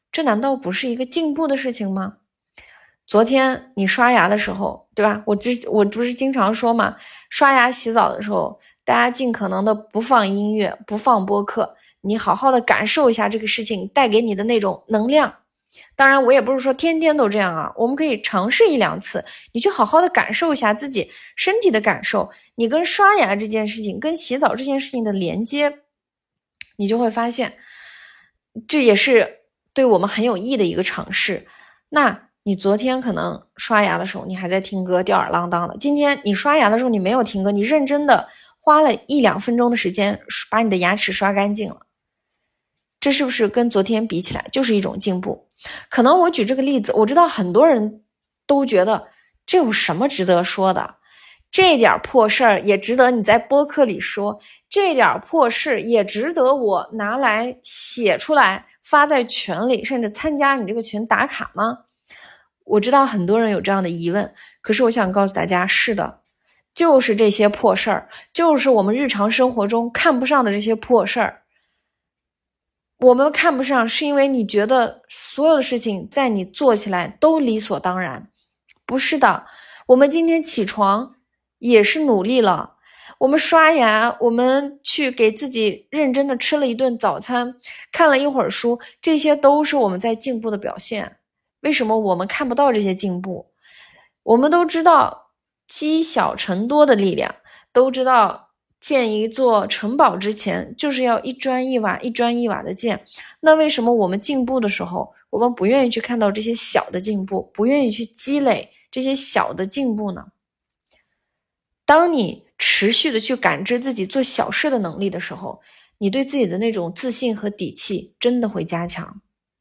这难道不是一个进步的事情吗？昨天你刷牙的时候，对吧？我之我不是经常说嘛，刷牙洗澡的时候，大家尽可能的不放音乐，不放播客，你好好的感受一下这个事情带给你的那种能量。当然我也不是说天天都这样啊，我们可以尝试一两次，你去好好的感受一下自己身体的感受，你跟刷牙这件事情跟洗澡这件事情的连接，你就会发现这也是对我们很有益的一个尝试。那你昨天可能刷牙的时候你还在听歌吊儿郎当的，今天你刷牙的时候你没有听歌，你认真的花了一两分钟的时间把你的牙齿刷干净了，这是不是跟昨天比起来就是一种进步？可能我举这个例子，我知道很多人都觉得这有什么值得说的，这点破事儿也值得你在播客里说，这点破事也值得我拿来写出来发在群里，甚至参加你这个群打卡吗？我知道很多人有这样的疑问，可是我想告诉大家，是的，就是这些破事儿，就是我们日常生活中看不上的这些破事儿。我们看不上是因为你觉得所有的事情在你做起来都理所当然，不是的，我们今天起床也是努力了，我们刷牙，我们去给自己认真的吃了一顿早餐，看了一会儿书，这些都是我们在进步的表现。为什么我们看不到这些进步？我们都知道积小成多的力量，都知道建一座城堡之前就是要一砖一瓦一砖一瓦的建，那为什么我们进步的时候我们不愿意去看到这些小的进步，不愿意去积累这些小的进步呢？当你持续的去感知自己做小事的能力的时候，你对自己的那种自信和底气真的会加强，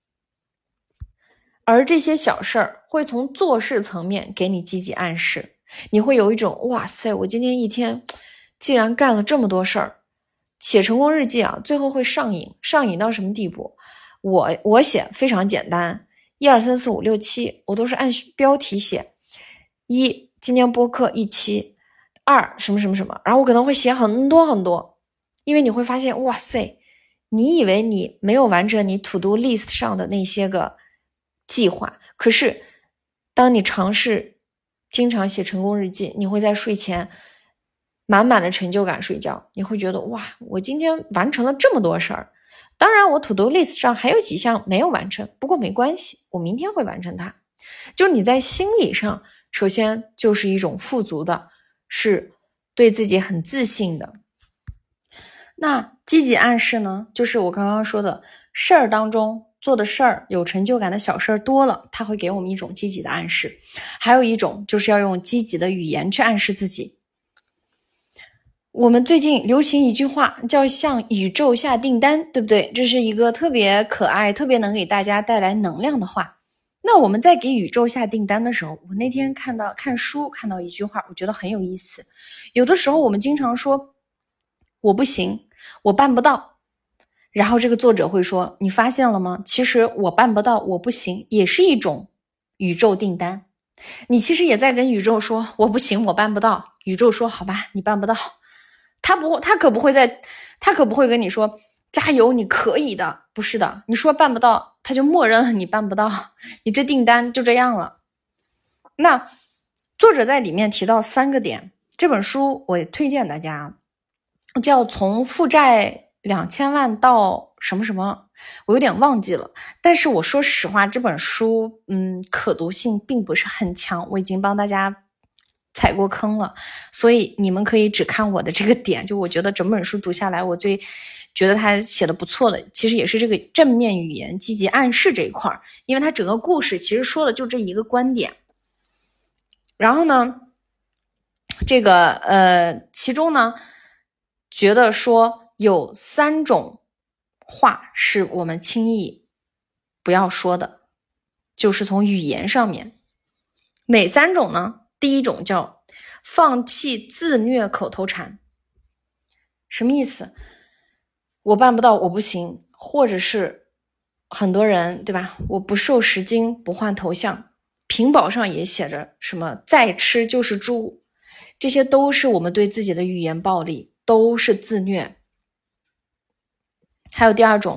而这些小事儿会从做事层面给你积极暗示，你会有一种哇塞，我今天一天竟然干了这么多事儿。写成功日记啊，最后会上瘾，上瘾到什么地步？我我写非常简单，一二三四五六七，我都是按标题写。一，今天播客一期；二，什么什么什么，然后我可能会写很多很多，因为你会发现，哇塞，你以为你没有完成你 to do list 上的那些个计划，可是当你尝试经常写成功日记，你会在睡前满满的成就感睡觉，你会觉得哇，我今天完成了这么多事儿。当然我 to do list 上还有几项没有完成，不过没关系，我明天会完成它。就是你在心理上首先就是一种富足的，是对自己很自信的。那积极暗示呢，就是我刚刚说的事儿当中做的事儿，有成就感的小事儿多了，它会给我们一种积极的暗示。还有一种就是要用积极的语言去暗示自己。我们最近流行一句话叫向宇宙下订单，对不对？这是一个特别可爱，特别能给大家带来能量的话。那我们在给宇宙下订单的时候，我那天看到看书看到一句话，我觉得很有意思。有的时候我们经常说我不行，我办不到，然后这个作者会说，你发现了吗？其实我办不到，我不行，也是一种宇宙订单。你其实也在跟宇宙说我不行，我办不到。宇宙说好吧，你办不到。他不，他可不会在，他可不会跟你说加油，你可以的。不是的，你说办不到，他就默认了你办不到，你这订单就这样了。那作者在里面提到三个点，这本书我也推荐大家，叫从负债两千万到什么什么，我有点忘记了。但是我说实话，这本书嗯，可读性并不是很强，我已经帮大家踩过坑了，所以你们可以只看我的这个点，就我觉得整本书读下来，我最觉得他写的不错的，其实也是这个正面语言积极暗示这一块，因为他整个故事其实说的就这一个观点。然后呢，这个呃，其中呢，觉得说有三种话是我们轻易不要说的，就是从语言上面。哪三种呢？第一种叫放弃自虐口头禅。什么意思？我办不到，我不行，或者是很多人对吧，我不瘦十斤不换头像，屏保上也写着什么再吃就是猪，这些都是我们对自己的语言暴力，都是自虐。还有第二种，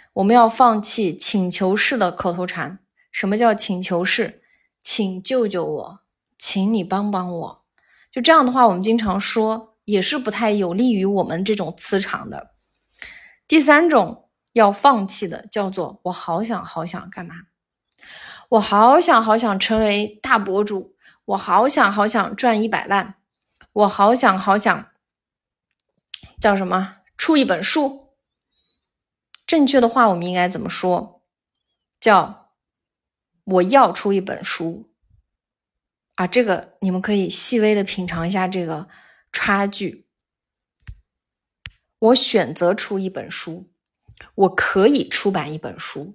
我们要放弃请求式的口头禅。什么叫请求式？请救救我，请你帮帮我。就这样的话，我们经常说，也是不太有利于我们这种磁场的。第三种要放弃的叫做我好想好想干嘛？我好想好想成为大博主，我好想好想赚一百万，我好想好想叫什么？出一本书。正确的话我们应该怎么说？叫我要出一本书啊！这个你们可以细微的品尝一下这个差距。我选择出一本书，我可以出版一本书，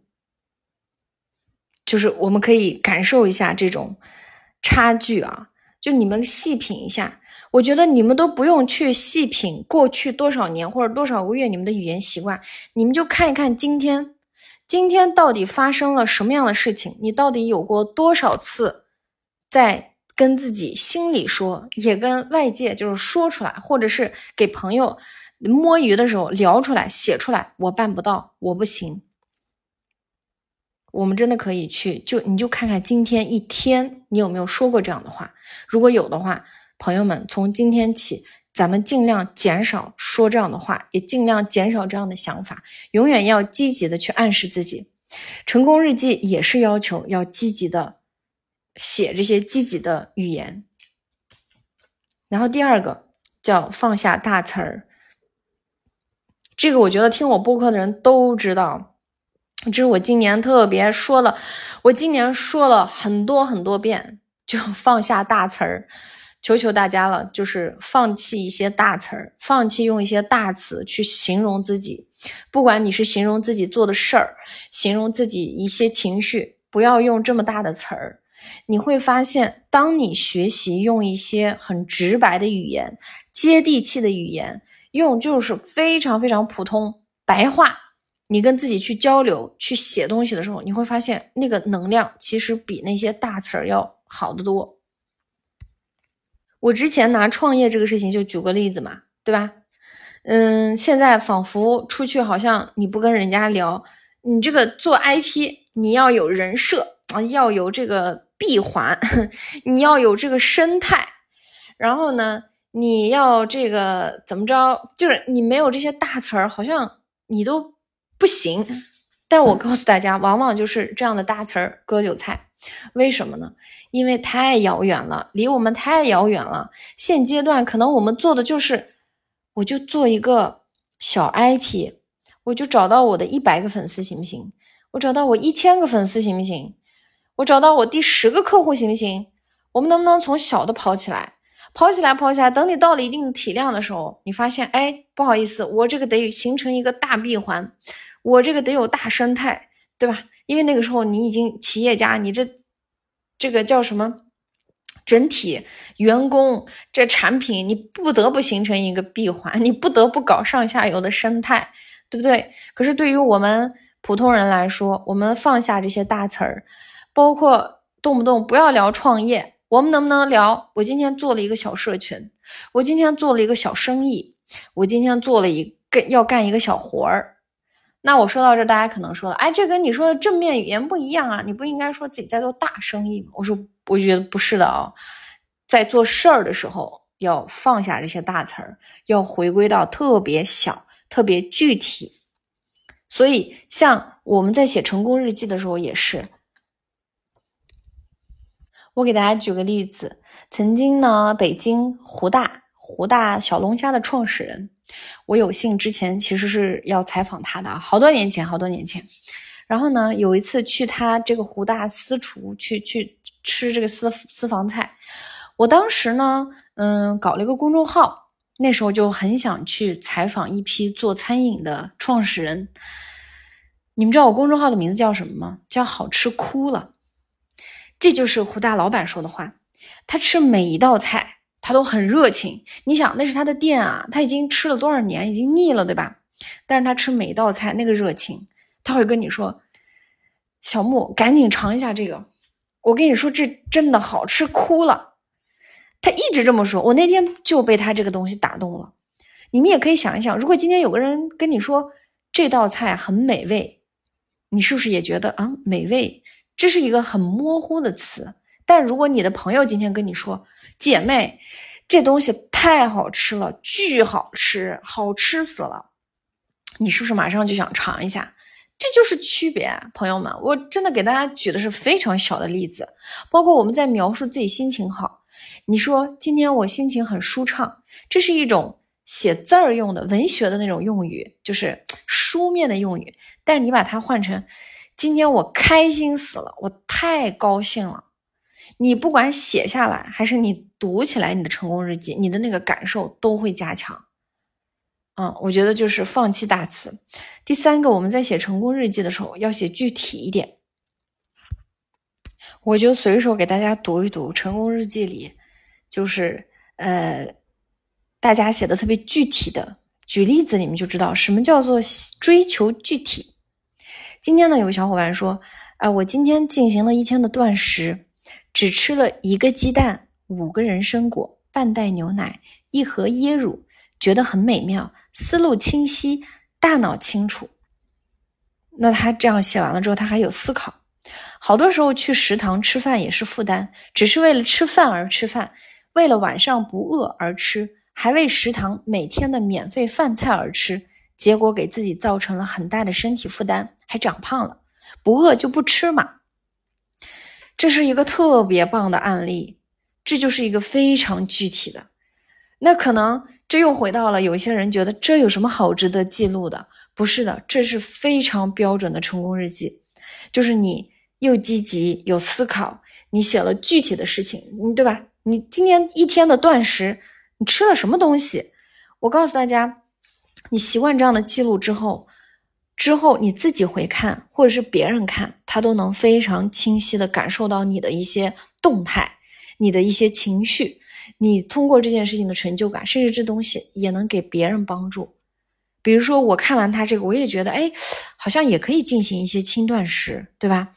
就是我们可以感受一下这种差距啊！就你们细品一下，我觉得你们都不用去细品过去多少年或者多少个月你们的语言习惯，你们就看一看今天，今天到底发生了什么样的事情，你到底有过多少次在跟自己心里说，也跟外界就是说出来，或者是给朋友摸鱼的时候聊出来写出来，我办不到，我不行。我们真的可以去就你就看看今天一天你有没有说过这样的话，如果有的话，朋友们从今天起咱们尽量减少说这样的话，也尽量减少这样的想法，永远要积极的去暗示自己。成功日记也是要求要积极的写这些积极的语言。然后第二个叫放下大词儿，这个我觉得听我播客的人都知道，这是我今年特别说了，我今年说了很多很多遍，就放下大词儿，求求大家了，就是放弃一些大词儿，放弃用一些大词去形容自己，不管你是形容自己做的事儿，形容自己一些情绪，不要用这么大的词儿。你会发现，当你学习用一些很直白的语言，接地气的语言，用就是非常非常普通白话，你跟自己去交流去写东西的时候，你会发现那个能量其实比那些大词儿要好得多。我之前拿创业这个事情就举个例子嘛，对吧？嗯，现在仿佛出去好像你不跟人家聊，你这个做 I P 你要有人设啊，要有这个闭环，你要有这个生态，然后呢你要这个怎么着，就是你没有这些大词儿好像你都不行。但是我告诉大家，往往就是这样的大词儿割韭菜。为什么呢？因为太遥远了，离我们太遥远了。现阶段可能我们做的就是我就做一个小 I P， 我就找到我的一百个粉丝行不行？我找到我一千个粉丝行不行？我找到我第十个客户行不行？我们能不能从小的跑起来？跑起来跑起来，等你到了一定的体量的时候，你发现哎，不好意思，我这个得形成一个大闭环，我这个得有大生态，对吧？因为那个时候你已经企业家，你这这个叫什么整体员工这产品，你不得不形成一个闭环，你不得不搞上下游的生态，对不对？可是对于我们普通人来说，我们放下这些大词儿，包括动不动不要聊创业，我们能不能聊我今天做了一个小社群，我今天做了一个小生意，我今天做了一个要干一个小活儿。那我说到这，大家可能说了，哎，这跟你说的正面语言不一样啊，你不应该说自己在做大生意吗？我说我觉得不是的啊，在做事儿的时候要放下这些大词儿，要回归到特别小特别具体。所以像我们在写成功日记的时候也是，我给大家举个例子，曾经呢北京湖大湖大小龙虾的创始人，我有幸之前其实是要采访他的，好多年前好多年前。然后呢有一次去他这个湖大私厨去去吃这个私私房菜，我当时呢嗯搞了一个公众号，那时候就很想去采访一批做餐饮的创始人。你们知道我公众号的名字叫什么吗？叫好吃哭了。这就是湖大老板说的话，他吃每一道菜他都很热情，你想那是他的店啊，他已经吃了多少年，已经腻了，对吧？但是他吃每一道菜那个热情，他会跟你说，小木赶紧尝一下这个，我跟你说这真的好吃哭了。他一直这么说，我那天就被他这个东西打动了。你们也可以想一想，如果今天有个人跟你说这道菜很美味， 你是不是也觉得啊，美味这是一个很模糊的词？但如果你的朋友今天跟你说，姐妹，这东西太好吃了，巨好吃，好吃死了，你是不是马上就想尝一下？这就是区别啊，朋友们，我真的给大家举的是非常小的例子，包括我们在描述自己心情好，你说今天我心情很舒畅，这是一种写字儿用的文学的那种用语，就是书面的用语，但是你把它换成今天我开心死了，我太高兴了，你不管写下来还是你读起来你的成功日记，你的那个感受都会加强。嗯，我觉得就是放弃大词。第三个，我们在写成功日记的时候要写具体一点。我就随手给大家读一读成功日记里，就是呃，大家写的特别具体的，举例子你们就知道什么叫做追求具体。今天呢，有个小伙伴说，呃，我今天进行了一天的断食，只吃了一个鸡蛋，五个人参果，半袋牛奶，一盒椰乳。觉得很美妙，思路清晰，大脑清楚。那他这样写完了之后，他还有思考。好多时候去食堂吃饭也是负担，只是为了吃饭而吃饭，为了晚上不饿而吃，还为食堂每天的免费饭菜而吃，结果给自己造成了很大的身体负担，还长胖了。不饿就不吃嘛。这是一个特别棒的案例，这就是一个非常具体的。那可能这又回到了有一些人觉得这有什么好值得记录的？不是的，这是非常标准的成功日记，就是你又积极有思考，你写了具体的事情，对吧？你今天一天的断食，你吃了什么东西？我告诉大家，你习惯这样的记录之后，之后你自己回看，或者是别人看，他都能非常清晰的感受到你的一些动态，你的一些情绪。你通过这件事情的成就感，甚至这东西也能给别人帮助。比如说我看完他这个，我也觉得哎，好像也可以进行一些轻断食，对吧？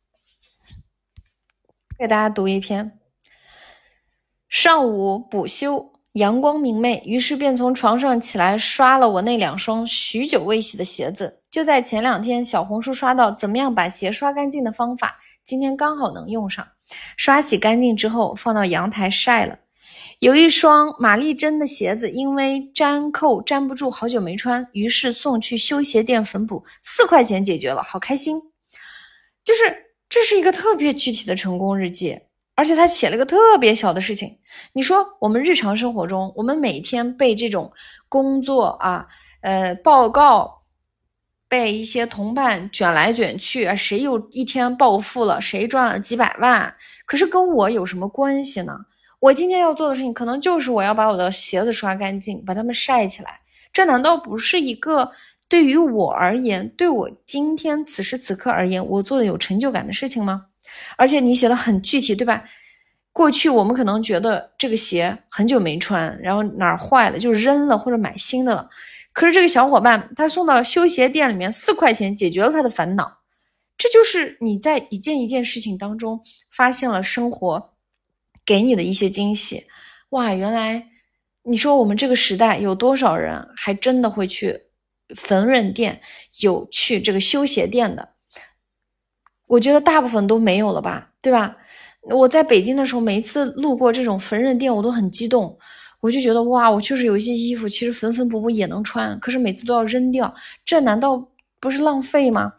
给大家读一篇。上午补休，阳光明媚，于是便从床上起来刷了我那两双许久未洗的鞋子。就在前两天小红书刷到怎么样把鞋刷干净的方法，今天刚好能用上。刷洗干净之后放到阳台晒了。有一双玛丽珍的鞋子因为粘扣粘不住，好久没穿，于是送去修鞋店缝补，四块钱解决了，好开心。就是这是一个特别具体的成功日记，而且他写了一个特别小的事情。你说我们日常生活中，我们每天被这种工作啊，呃，报告，被一些同伴卷来卷去啊，谁又一天暴富了，谁赚了几百万，可是跟我有什么关系呢？我今天要做的事情可能就是我要把我的鞋子刷干净，把它们晒起来。这难道不是一个对于我而言，对我今天此时此刻而言，我做的有成就感的事情吗？而且你写的很具体，对吧？过去我们可能觉得这个鞋很久没穿，然后哪儿坏了就扔了或者买新的了。可是这个小伙伴他送到修鞋店里面，四块钱解决了他的烦恼。这就是你在一件一件事情当中发现了生活给你的一些惊喜。哇，原来你说我们这个时代有多少人还真的会去缝纫店，有去这个修鞋店的？我觉得大部分都没有了吧，对吧？我在北京的时候，每一次路过这种缝纫店，我都很激动，我就觉得哇，我确实有一些衣服其实缝缝补补也能穿，可是每次都要扔掉，这难道不是浪费吗？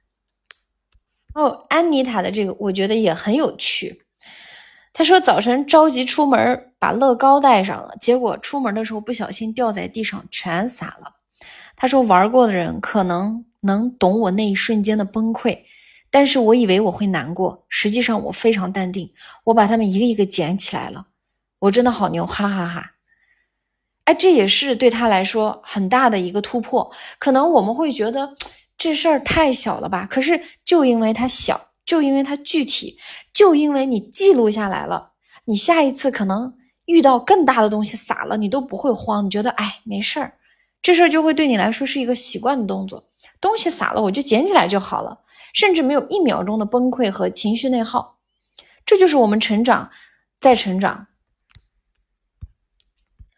哦，安妮塔的这个我觉得也很有趣。他说早晨着急出门，把乐高带上了，结果出门的时候不小心掉在地上，全洒了。他说玩过的人可能能懂我那一瞬间的崩溃，但是我以为我会难过，实际上我非常淡定，我把它们一个一个捡起来了，我真的好牛，哈哈哈。哎，这也是对他来说很大的一个突破。可能我们会觉得这事儿太小了吧，可是就因为它小，就因为它具体，就因为你记录下来了，你下一次可能遇到更大的东西洒了，你都不会慌，你觉得哎没事儿，这事儿就会对你来说是一个习惯的动作，东西洒了我就捡起来就好了，甚至没有一秒钟的崩溃和情绪内耗。这就是我们成长再成长。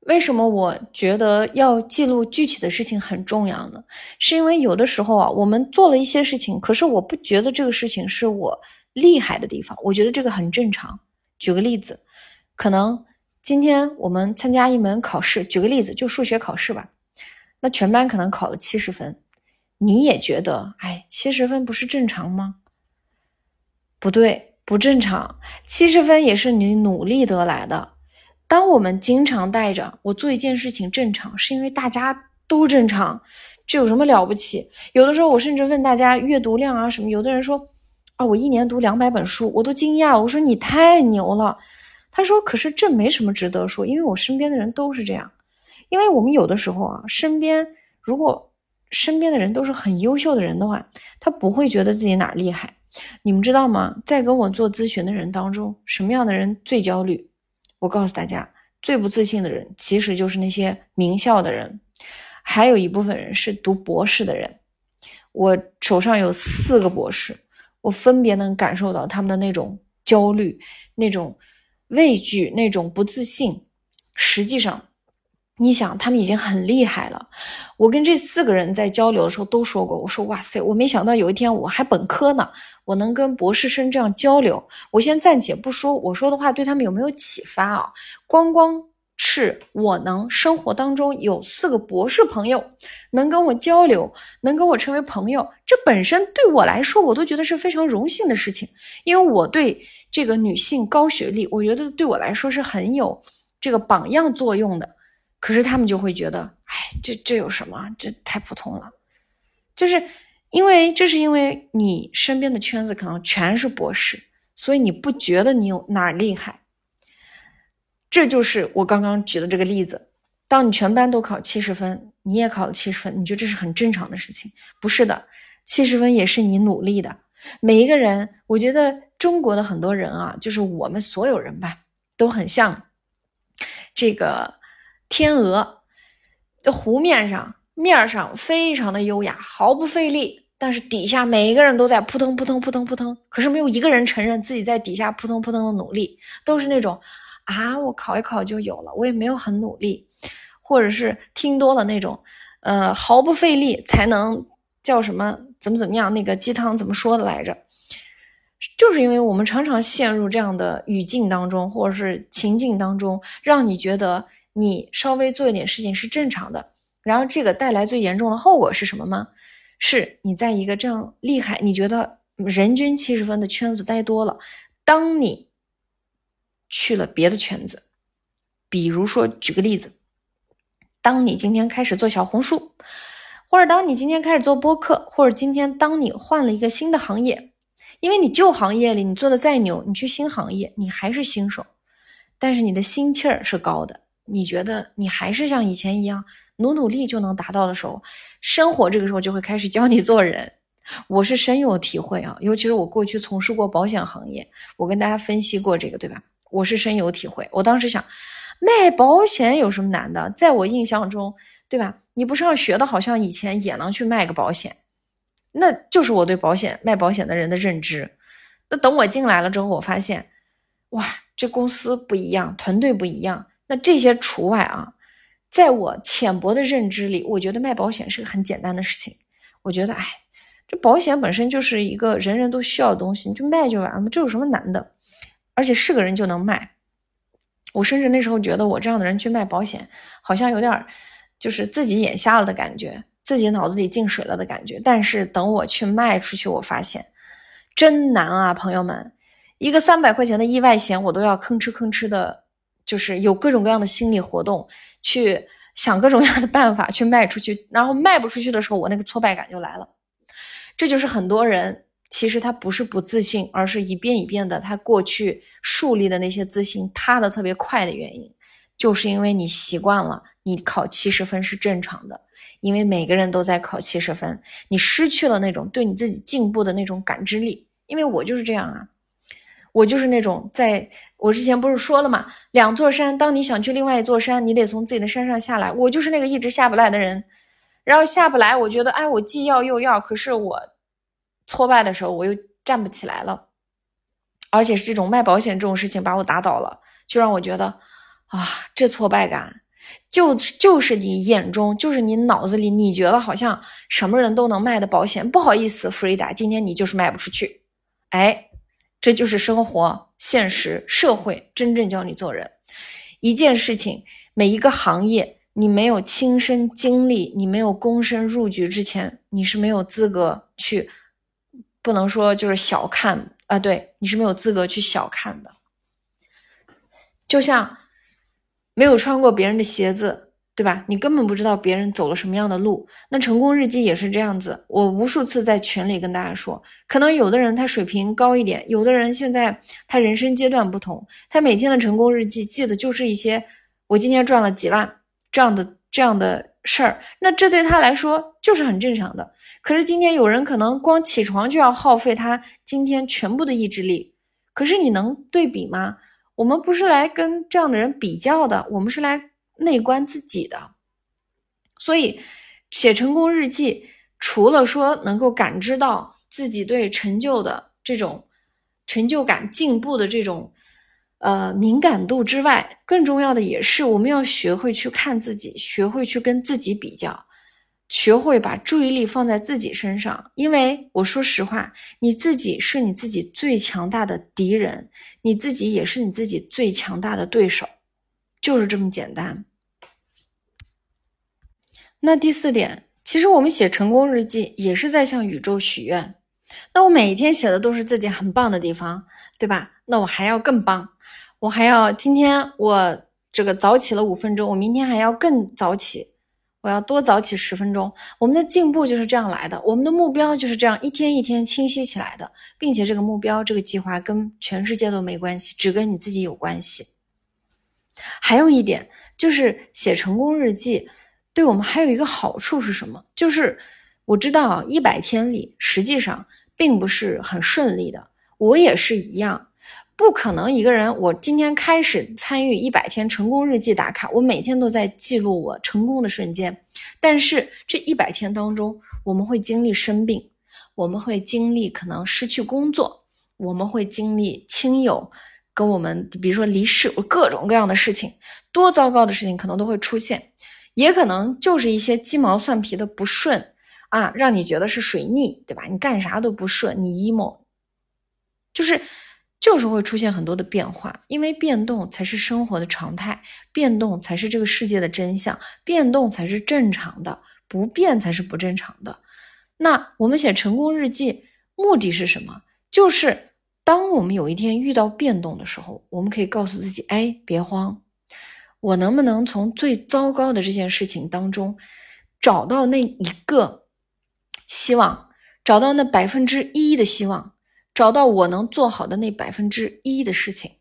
为什么我觉得要记录具体的事情很重要呢？是因为有的时候啊，我们做了一些事情，可是我不觉得这个事情是我厉害的地方，我觉得这个很正常。举个例子，可能今天我们参加一门考试，举个例子，就数学考试吧，那全班可能考了七十分，你也觉得，哎，七十分不是正常吗？不对，不正常，七十分也是你努力得来的。当我们经常带着我做一件事情正常，是因为大家都正常，这有什么了不起？有的时候我甚至问大家阅读量啊什么，有的人说啊，我一年读两百本书，我都惊讶了，我说你太牛了。他说可是这没什么值得说，因为我身边的人都是这样。因为我们有的时候啊，身边如果身边的人都是很优秀的人的话，他不会觉得自己哪儿厉害。你们知道吗？在跟我做咨询的人当中，什么样的人最焦虑？我告诉大家，最不自信的人其实就是那些名校的人，还有一部分人是读博士的人。我手上有四个博士，我分别能感受到他们的那种焦虑，那种畏惧，那种不自信。实际上你想他们已经很厉害了。我跟这四个人在交流的时候都说过，我说哇塞，我没想到有一天我还本科呢，我能跟博士生这样交流。我先暂且不说我说的话对他们有没有启发啊，光光是我能生活当中有四个博士朋友能跟我交流，能跟我成为朋友，这本身对我来说我都觉得是非常荣幸的事情。因为我对这个女性高学历，我觉得对我来说是很有这个榜样作用的。可是他们就会觉得，哎，这这有什么？这太普通了。就是因为这是因为你身边的圈子可能全是博士，所以你不觉得你有哪儿厉害。这就是我刚刚举的这个例子。当你全班都考七十分，你也考了七十分，你觉得这是很正常的事情？不是的，七十分也是你努力的。每一个人，我觉得中国的很多人啊，就是我们所有人吧，都很像这个天鹅，在湖面上面上非常的优雅，毫不费力，但是底下每一个人都在扑腾扑腾扑腾扑腾，可是没有一个人承认自己在底下扑腾扑腾的努力，都是那种啊，我考一考就有了，我也没有很努力，或者是听多了那种呃，毫不费力才能叫什么怎么怎么样，那个鸡汤怎么说的来着，就是因为我们常常陷入这样的语境当中，或者是情境当中，让你觉得你稍微做一点事情是正常的，然后这个带来最严重的后果是什么吗？是你在一个这样厉害，你觉得人均七十分的圈子待多了，当你去了别的圈子，比如说举个例子，当你今天开始做小红书，或者当你今天开始做播客，或者今天当你换了一个新的行业，因为你旧行业里你做的再牛，你去新行业你还是新手，但是你的心气儿是高的，你觉得你还是像以前一样努努力就能达到的时候，生活这个时候就会开始教你做人。我是深有体会啊，尤其是我过去从事过保险行业，我跟大家分析过这个，对吧？我是深有体会。我当时想，卖保险有什么难的？在我印象中，对吧？你不上学的，好像以前也能去卖个保险，那就是我对保险卖保险的人的认知。那等我进来了之后，我发现，哇，这公司不一样，团队不一样，那这些除外啊。在我浅薄的认知里，我觉得卖保险是个很简单的事情。我觉得，哎，这保险本身就是一个人人都需要的东西，你就卖就完了，这有什么难的？而且是个人就能卖。我甚至那时候觉得我这样的人去卖保险，好像有点就是自己眼瞎了的感觉，自己脑子里进水了的感觉。但是等我去卖出去，我发现真难啊，朋友们！一个三百块钱的意外险，我都要吭哧吭哧的，就是有各种各样的心理活动，去想各种各样的办法去卖出去，然后卖不出去的时候，我那个挫败感就来了。这就是很多人其实他不是不自信，而是一遍一遍的他过去树立的那些自信塌的特别快的原因，就是因为你习惯了你考七十分是正常的，因为每个人都在考七十分，你失去了那种对你自己进步的那种感知力。因为我就是这样啊，我就是那种在我之前不是说了嘛，两座山，当你想去另外一座山，你得从自己的山上下来，我就是那个一直下不来的人。然后下不来，我觉得哎，我既要又要，可是我挫败的时候我又站不起来了。而且是这种卖保险这种事情把我打倒了，就让我觉得啊，这挫败感就就是你眼中，就是你脑子里，你觉得好像什么人都能卖的保险，不好意思，弗瑞达，今天你就是卖不出去。哎，这就是生活、现实、社会真正教你做人。一件事情，每一个行业，你没有亲身经历，你没有躬身入局之前，你是没有资格去，不能说就是小看啊，对，你是没有资格去小看的。就像没有穿过别人的鞋子，对吧？你根本不知道别人走了什么样的路。那成功日记也是这样子，我无数次在群里跟大家说，可能有的人他水平高一点，有的人现在他人生阶段不同，他每天的成功日记记的就是一些我今天赚了几万这样的这样的事儿，那这对他来说就是很正常的。可是今天有人可能光起床就要耗费他今天全部的意志力，可是你能对比吗？我们不是来跟这样的人比较的，我们是来内观自己的。所以写成功日记，除了说能够感知到自己对成就的这种成就感、进步的这种呃敏感度之外，更重要的也是我们要学会去看自己，学会去跟自己比较，学会把注意力放在自己身上。因为我说实话，你自己是你自己最强大的敌人，你自己也是你自己最强大的对手，就是这么简单。那第四点，其实我们写成功日记也是在向宇宙许愿。那我每一天写的都是自己很棒的地方，对吧？那我还要更棒，我还要今天我这个早起了五分钟，我明天还要更早起，我要多早起十分钟。我们的进步就是这样来的，我们的目标就是这样一天一天清晰起来的，并且这个目标这个计划跟全世界都没关系，只跟你自己有关系。还有一点就是写成功日记对我们还有一个好处是什么？就是我知道一百天里实际上并不是很顺利的，我也是一样，不可能一个人我今天开始参与一百天成功日记打卡，我每天都在记录我成功的瞬间，但是这一百天当中我们会经历生病，我们会经历可能失去工作，我们会经历亲友跟我们比如说离世，各种各样的事情，多糟糕的事情可能都会出现，也可能就是一些鸡毛蒜皮的不顺啊，让你觉得是水逆，对吧？你干啥都不顺，你 emo， 就是就是会出现很多的变化，因为变动才是生活的常态，变动才是这个世界的真相，变动才是正常的，不变才是不正常的。那我们写成功日记目的是什么？就是当我们有一天遇到变动的时候，我们可以告诉自己，哎，别慌，我能不能从最糟糕的这件事情当中找到那一个希望，找到那百分之一的希望，找到我能做好的那百分之一的事情。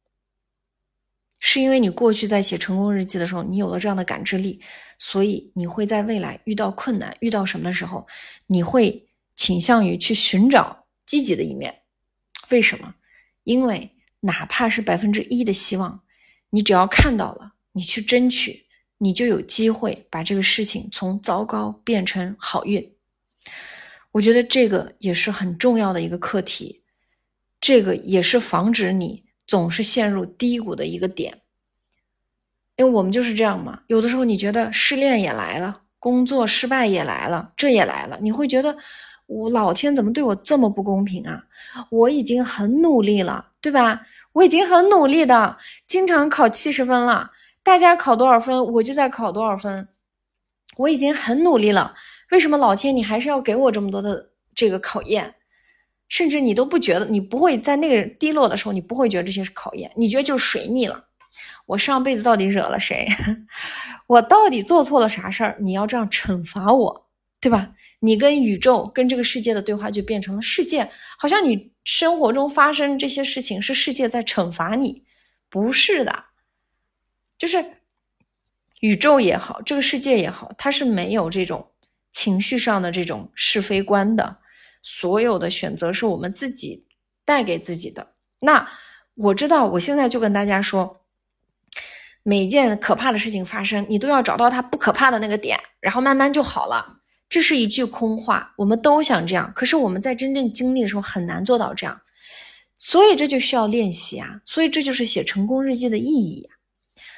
是因为你过去在写成功日记的时候，你有了这样的感知力，所以你会在未来遇到困难，遇到什么的时候，你会倾向于去寻找积极的一面。为什么？因为哪怕是百分之一的希望，你只要看到了，你去争取，你就有机会把这个事情从糟糕变成好运。我觉得这个也是很重要的一个课题，这个也是防止你总是陷入低谷的一个点。因为我们就是这样嘛，有的时候你觉得失恋也来了，工作失败也来了，这也来了，你会觉得我老天怎么对我这么不公平啊？我已经很努力了，对吧？我已经很努力的，经常考七十分了，大家考多少分我就在考多少分，我已经很努力了，为什么老天你还是要给我这么多的这个考验？甚至你都不觉得，你不会在那个低落的时候，你不会觉得这些是考验，你觉得就是水逆了。我上辈子到底惹了谁？我到底做错了啥事儿？你要这样惩罚我，对吧？你跟宇宙跟这个世界的对话就变成了世界，好像你生活中发生这些事情是世界在惩罚你，不是的，就是宇宙也好，这个世界也好，它是没有这种情绪上的这种是非观的，所有的选择是我们自己带给自己的。那我知道，我现在就跟大家说，每件可怕的事情发生，你都要找到它不可怕的那个点，然后慢慢就好了。这是一句空话，我们都想这样，可是我们在真正经历的时候很难做到这样，所以这就需要练习啊，所以这就是写成功日记的意义啊。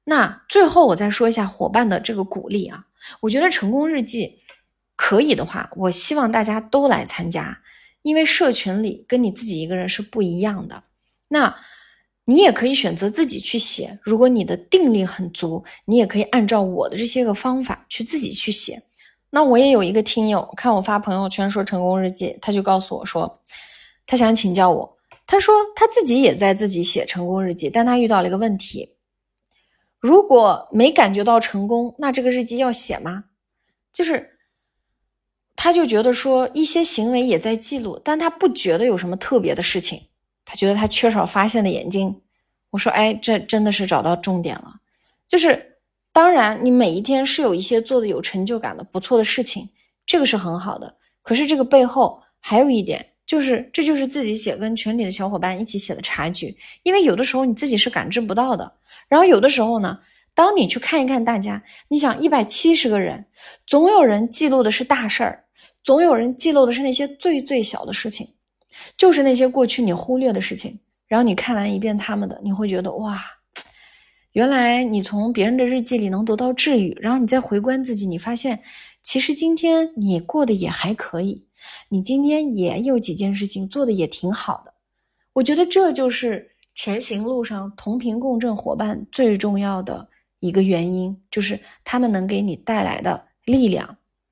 那最后我再说一下伙伴的这个鼓励啊，我觉得成功日记可以的话，我希望大家都来参加，因为社群里跟你自己一个人是不一样的。那你也可以选择自己去写，如果你的定力很足，你也可以按照我的这些个方法去自己去写。那我也有一个听友看我发朋友圈说成功日记，他就告诉我说他想请教我，他说他自己也在自己写成功日记，但他遇到了一个问题，如果没感觉到成功，那这个日记要写吗？就是他就觉得说一些行为也在记录，但他不觉得有什么特别的事情，他觉得他缺少发现的眼睛。我说哎，这真的是找到重点了。就是当然你每一天是有一些做的有成就感的不错的事情，这个是很好的，可是这个背后还有一点，就是这就是自己写跟群里的小伙伴一起写的差距，因为有的时候你自己是感知不到的。然后有的时候呢，当你去看一看大家，你想一百七十个人，总有人记录的是大事儿，总有人记录的是那些最最小的事情，就是那些过去你忽略的事情。然后你看完一遍他们的，你会觉得哇，原来你从别人的日记里能得到治愈，然后你再回观自己，你发现其实今天你过得也还可以，你今天也有几件事情做得也挺好的。我觉得这就是前行路上同频共振伙伴最重要的一个原因，就是他们能给你带来的力量。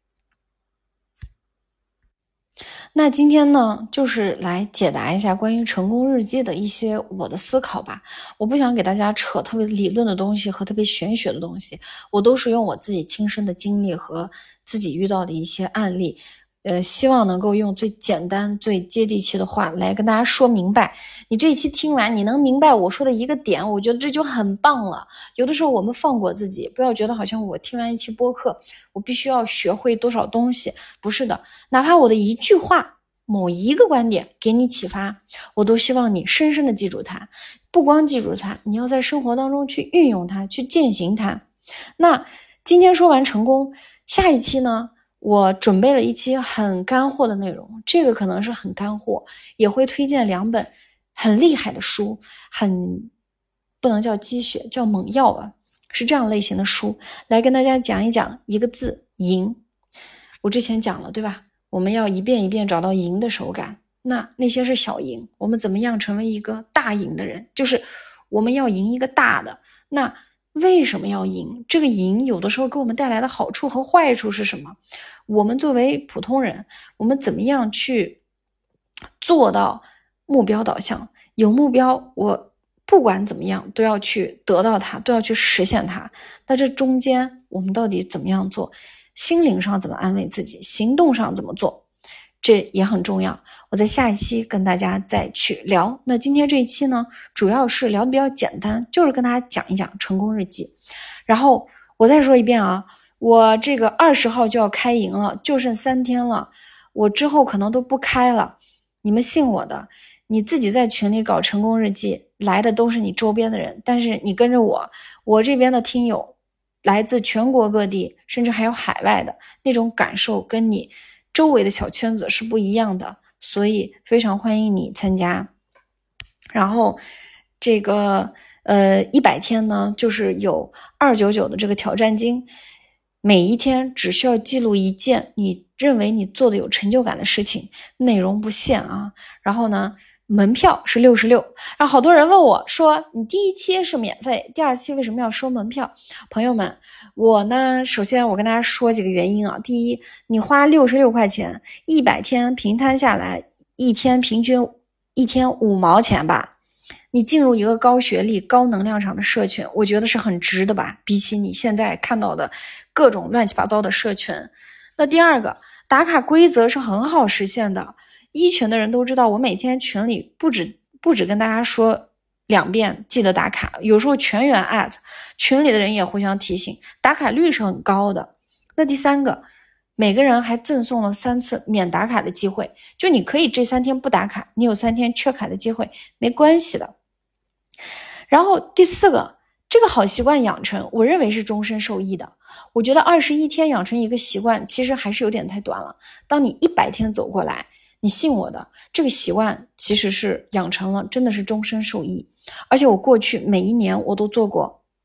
那今天呢，就是来解答一下关于成功日记的一些我的思考吧。我不想给大家扯特别理论的东西和特别玄学的东西，我都是用我自己亲身的经历和自己遇到的一些案例，呃，希望能够用最简单最接地气的话来跟大家说明白。你这一期听完你能明白我说的一个点，我觉得这就很棒了。有的时候我们放过自己，不要觉得好像我听完一期播客我必须要学会多少东西，不是的，哪怕我的一句话某一个观点给你启发，我都希望你深深的记住它，不光记住它，你要在生活当中去运用它，去践行它。那今天说完成功，下一期呢，我准备了一期很干货的内容，这个可能是很干货，也会推荐两本很厉害的书，很不能叫鸡血，叫猛药吧，是这样类型的书，来跟大家讲一讲一个字，赢。我之前讲了，对吧？我们要一遍一遍找到赢的手感，那那些是小赢，我们怎么样成为一个大赢的人？就是我们要赢一个大的。那为什么要赢？这个赢有的时候给我们带来的好处和坏处是什么？我们作为普通人，我们怎么样去做到目标导向？有目标，我不管怎么样都要去得到它，都要去实现它。那这中间我们到底怎么样做？心灵上怎么安慰自己，行动上怎么做，这也很重要。我在下一期跟大家再去聊。那今天这一期呢，主要是聊的比较简单，就是跟大家讲一讲成功日记。然后我再说一遍啊，我这个二十号就要开营了，就剩三天了，我之后可能都不开了。你们信我的，你自己在群里搞成功日记，来的都是你周边的人，但是你跟着我，我这边的听友来自全国各地，甚至还有海外的，那种感受跟你周围的小圈子是不一样的，所以非常欢迎你参加。然后这个呃一百天呢，就是有二百九十九的这个挑战金，每一天只需要记录一件你认为你做的有成就感的事情，内容不限啊。然后呢，门票是六十六。然后好多人问我说，你第一期是免费，第二期为什么要收门票？朋友们，我呢，首先我跟大家说几个原因啊。第一，你花六十六块钱，一百天平摊下来，一天平均一天五毛钱吧。你进入一个高学历、高能量场的社群，我觉得是很值的吧，比起你现在看到的各种乱七八糟的社群。那第二个，打卡规则是很好实现的。一群的人都知道，我每天群里不止不止跟大家说两遍记得打卡，有时候全员 at 群里的人也互相提醒，打卡率是很高的。那第三个，每个人还赠送了三次免打卡的机会，就你可以这三天不打卡，你有三天缺卡的机会，没关系的。然后第四个，这个好习惯养成，我认为是终身受益的。我觉得二十一天养成一个习惯，其实还是有点太短了。当你一百天走过来，你信我的，这个习惯其实是养成了，真的是终身受益。而且我过去每一年我都做过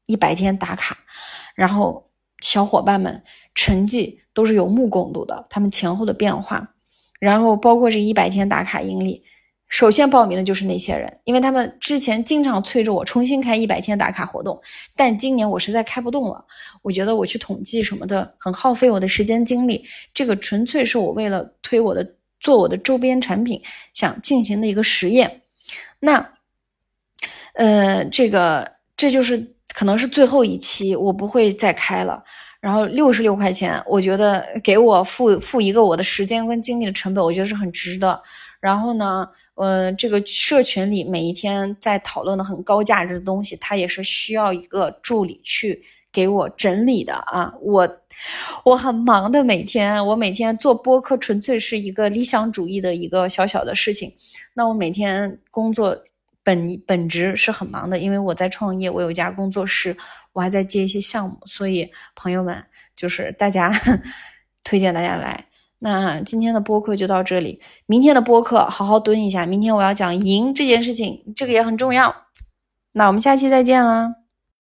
一百天打卡，然后小伙伴们成绩都是有目共睹的，他们前后的变化，然后包括这一百天打卡盈利，首先报名的就是那些人，因为他们之前经常催着我重新开一百天打卡活动，但今年我实在开不动了，我觉得我去统计什么的很耗费我的时间精力，这个纯粹是我为了推我的做我的周边产品想进行的一个实验。那呃，这个这就是可能是最后一期，我不会再开了。然后六十六块钱，我觉得给我付付一个我的时间跟精力的成本，我觉得是很值的。然后呢，呃，这个社群里每一天在讨论的很高价值的东西，它也是需要一个助理去给我整理的啊。我我很忙的，每天我每天做播客纯粹是一个理想主义的一个小小的事情。那我每天工作本本职是很忙的，因为我在创业，我有一家工作室，我还在接一些项目，所以朋友们就是大家推荐大家来。那今天的播客就到这里，明天的播客好好蹲一下，明天我要讲赢这件事情，这个也很重要。那我们下期再见啦。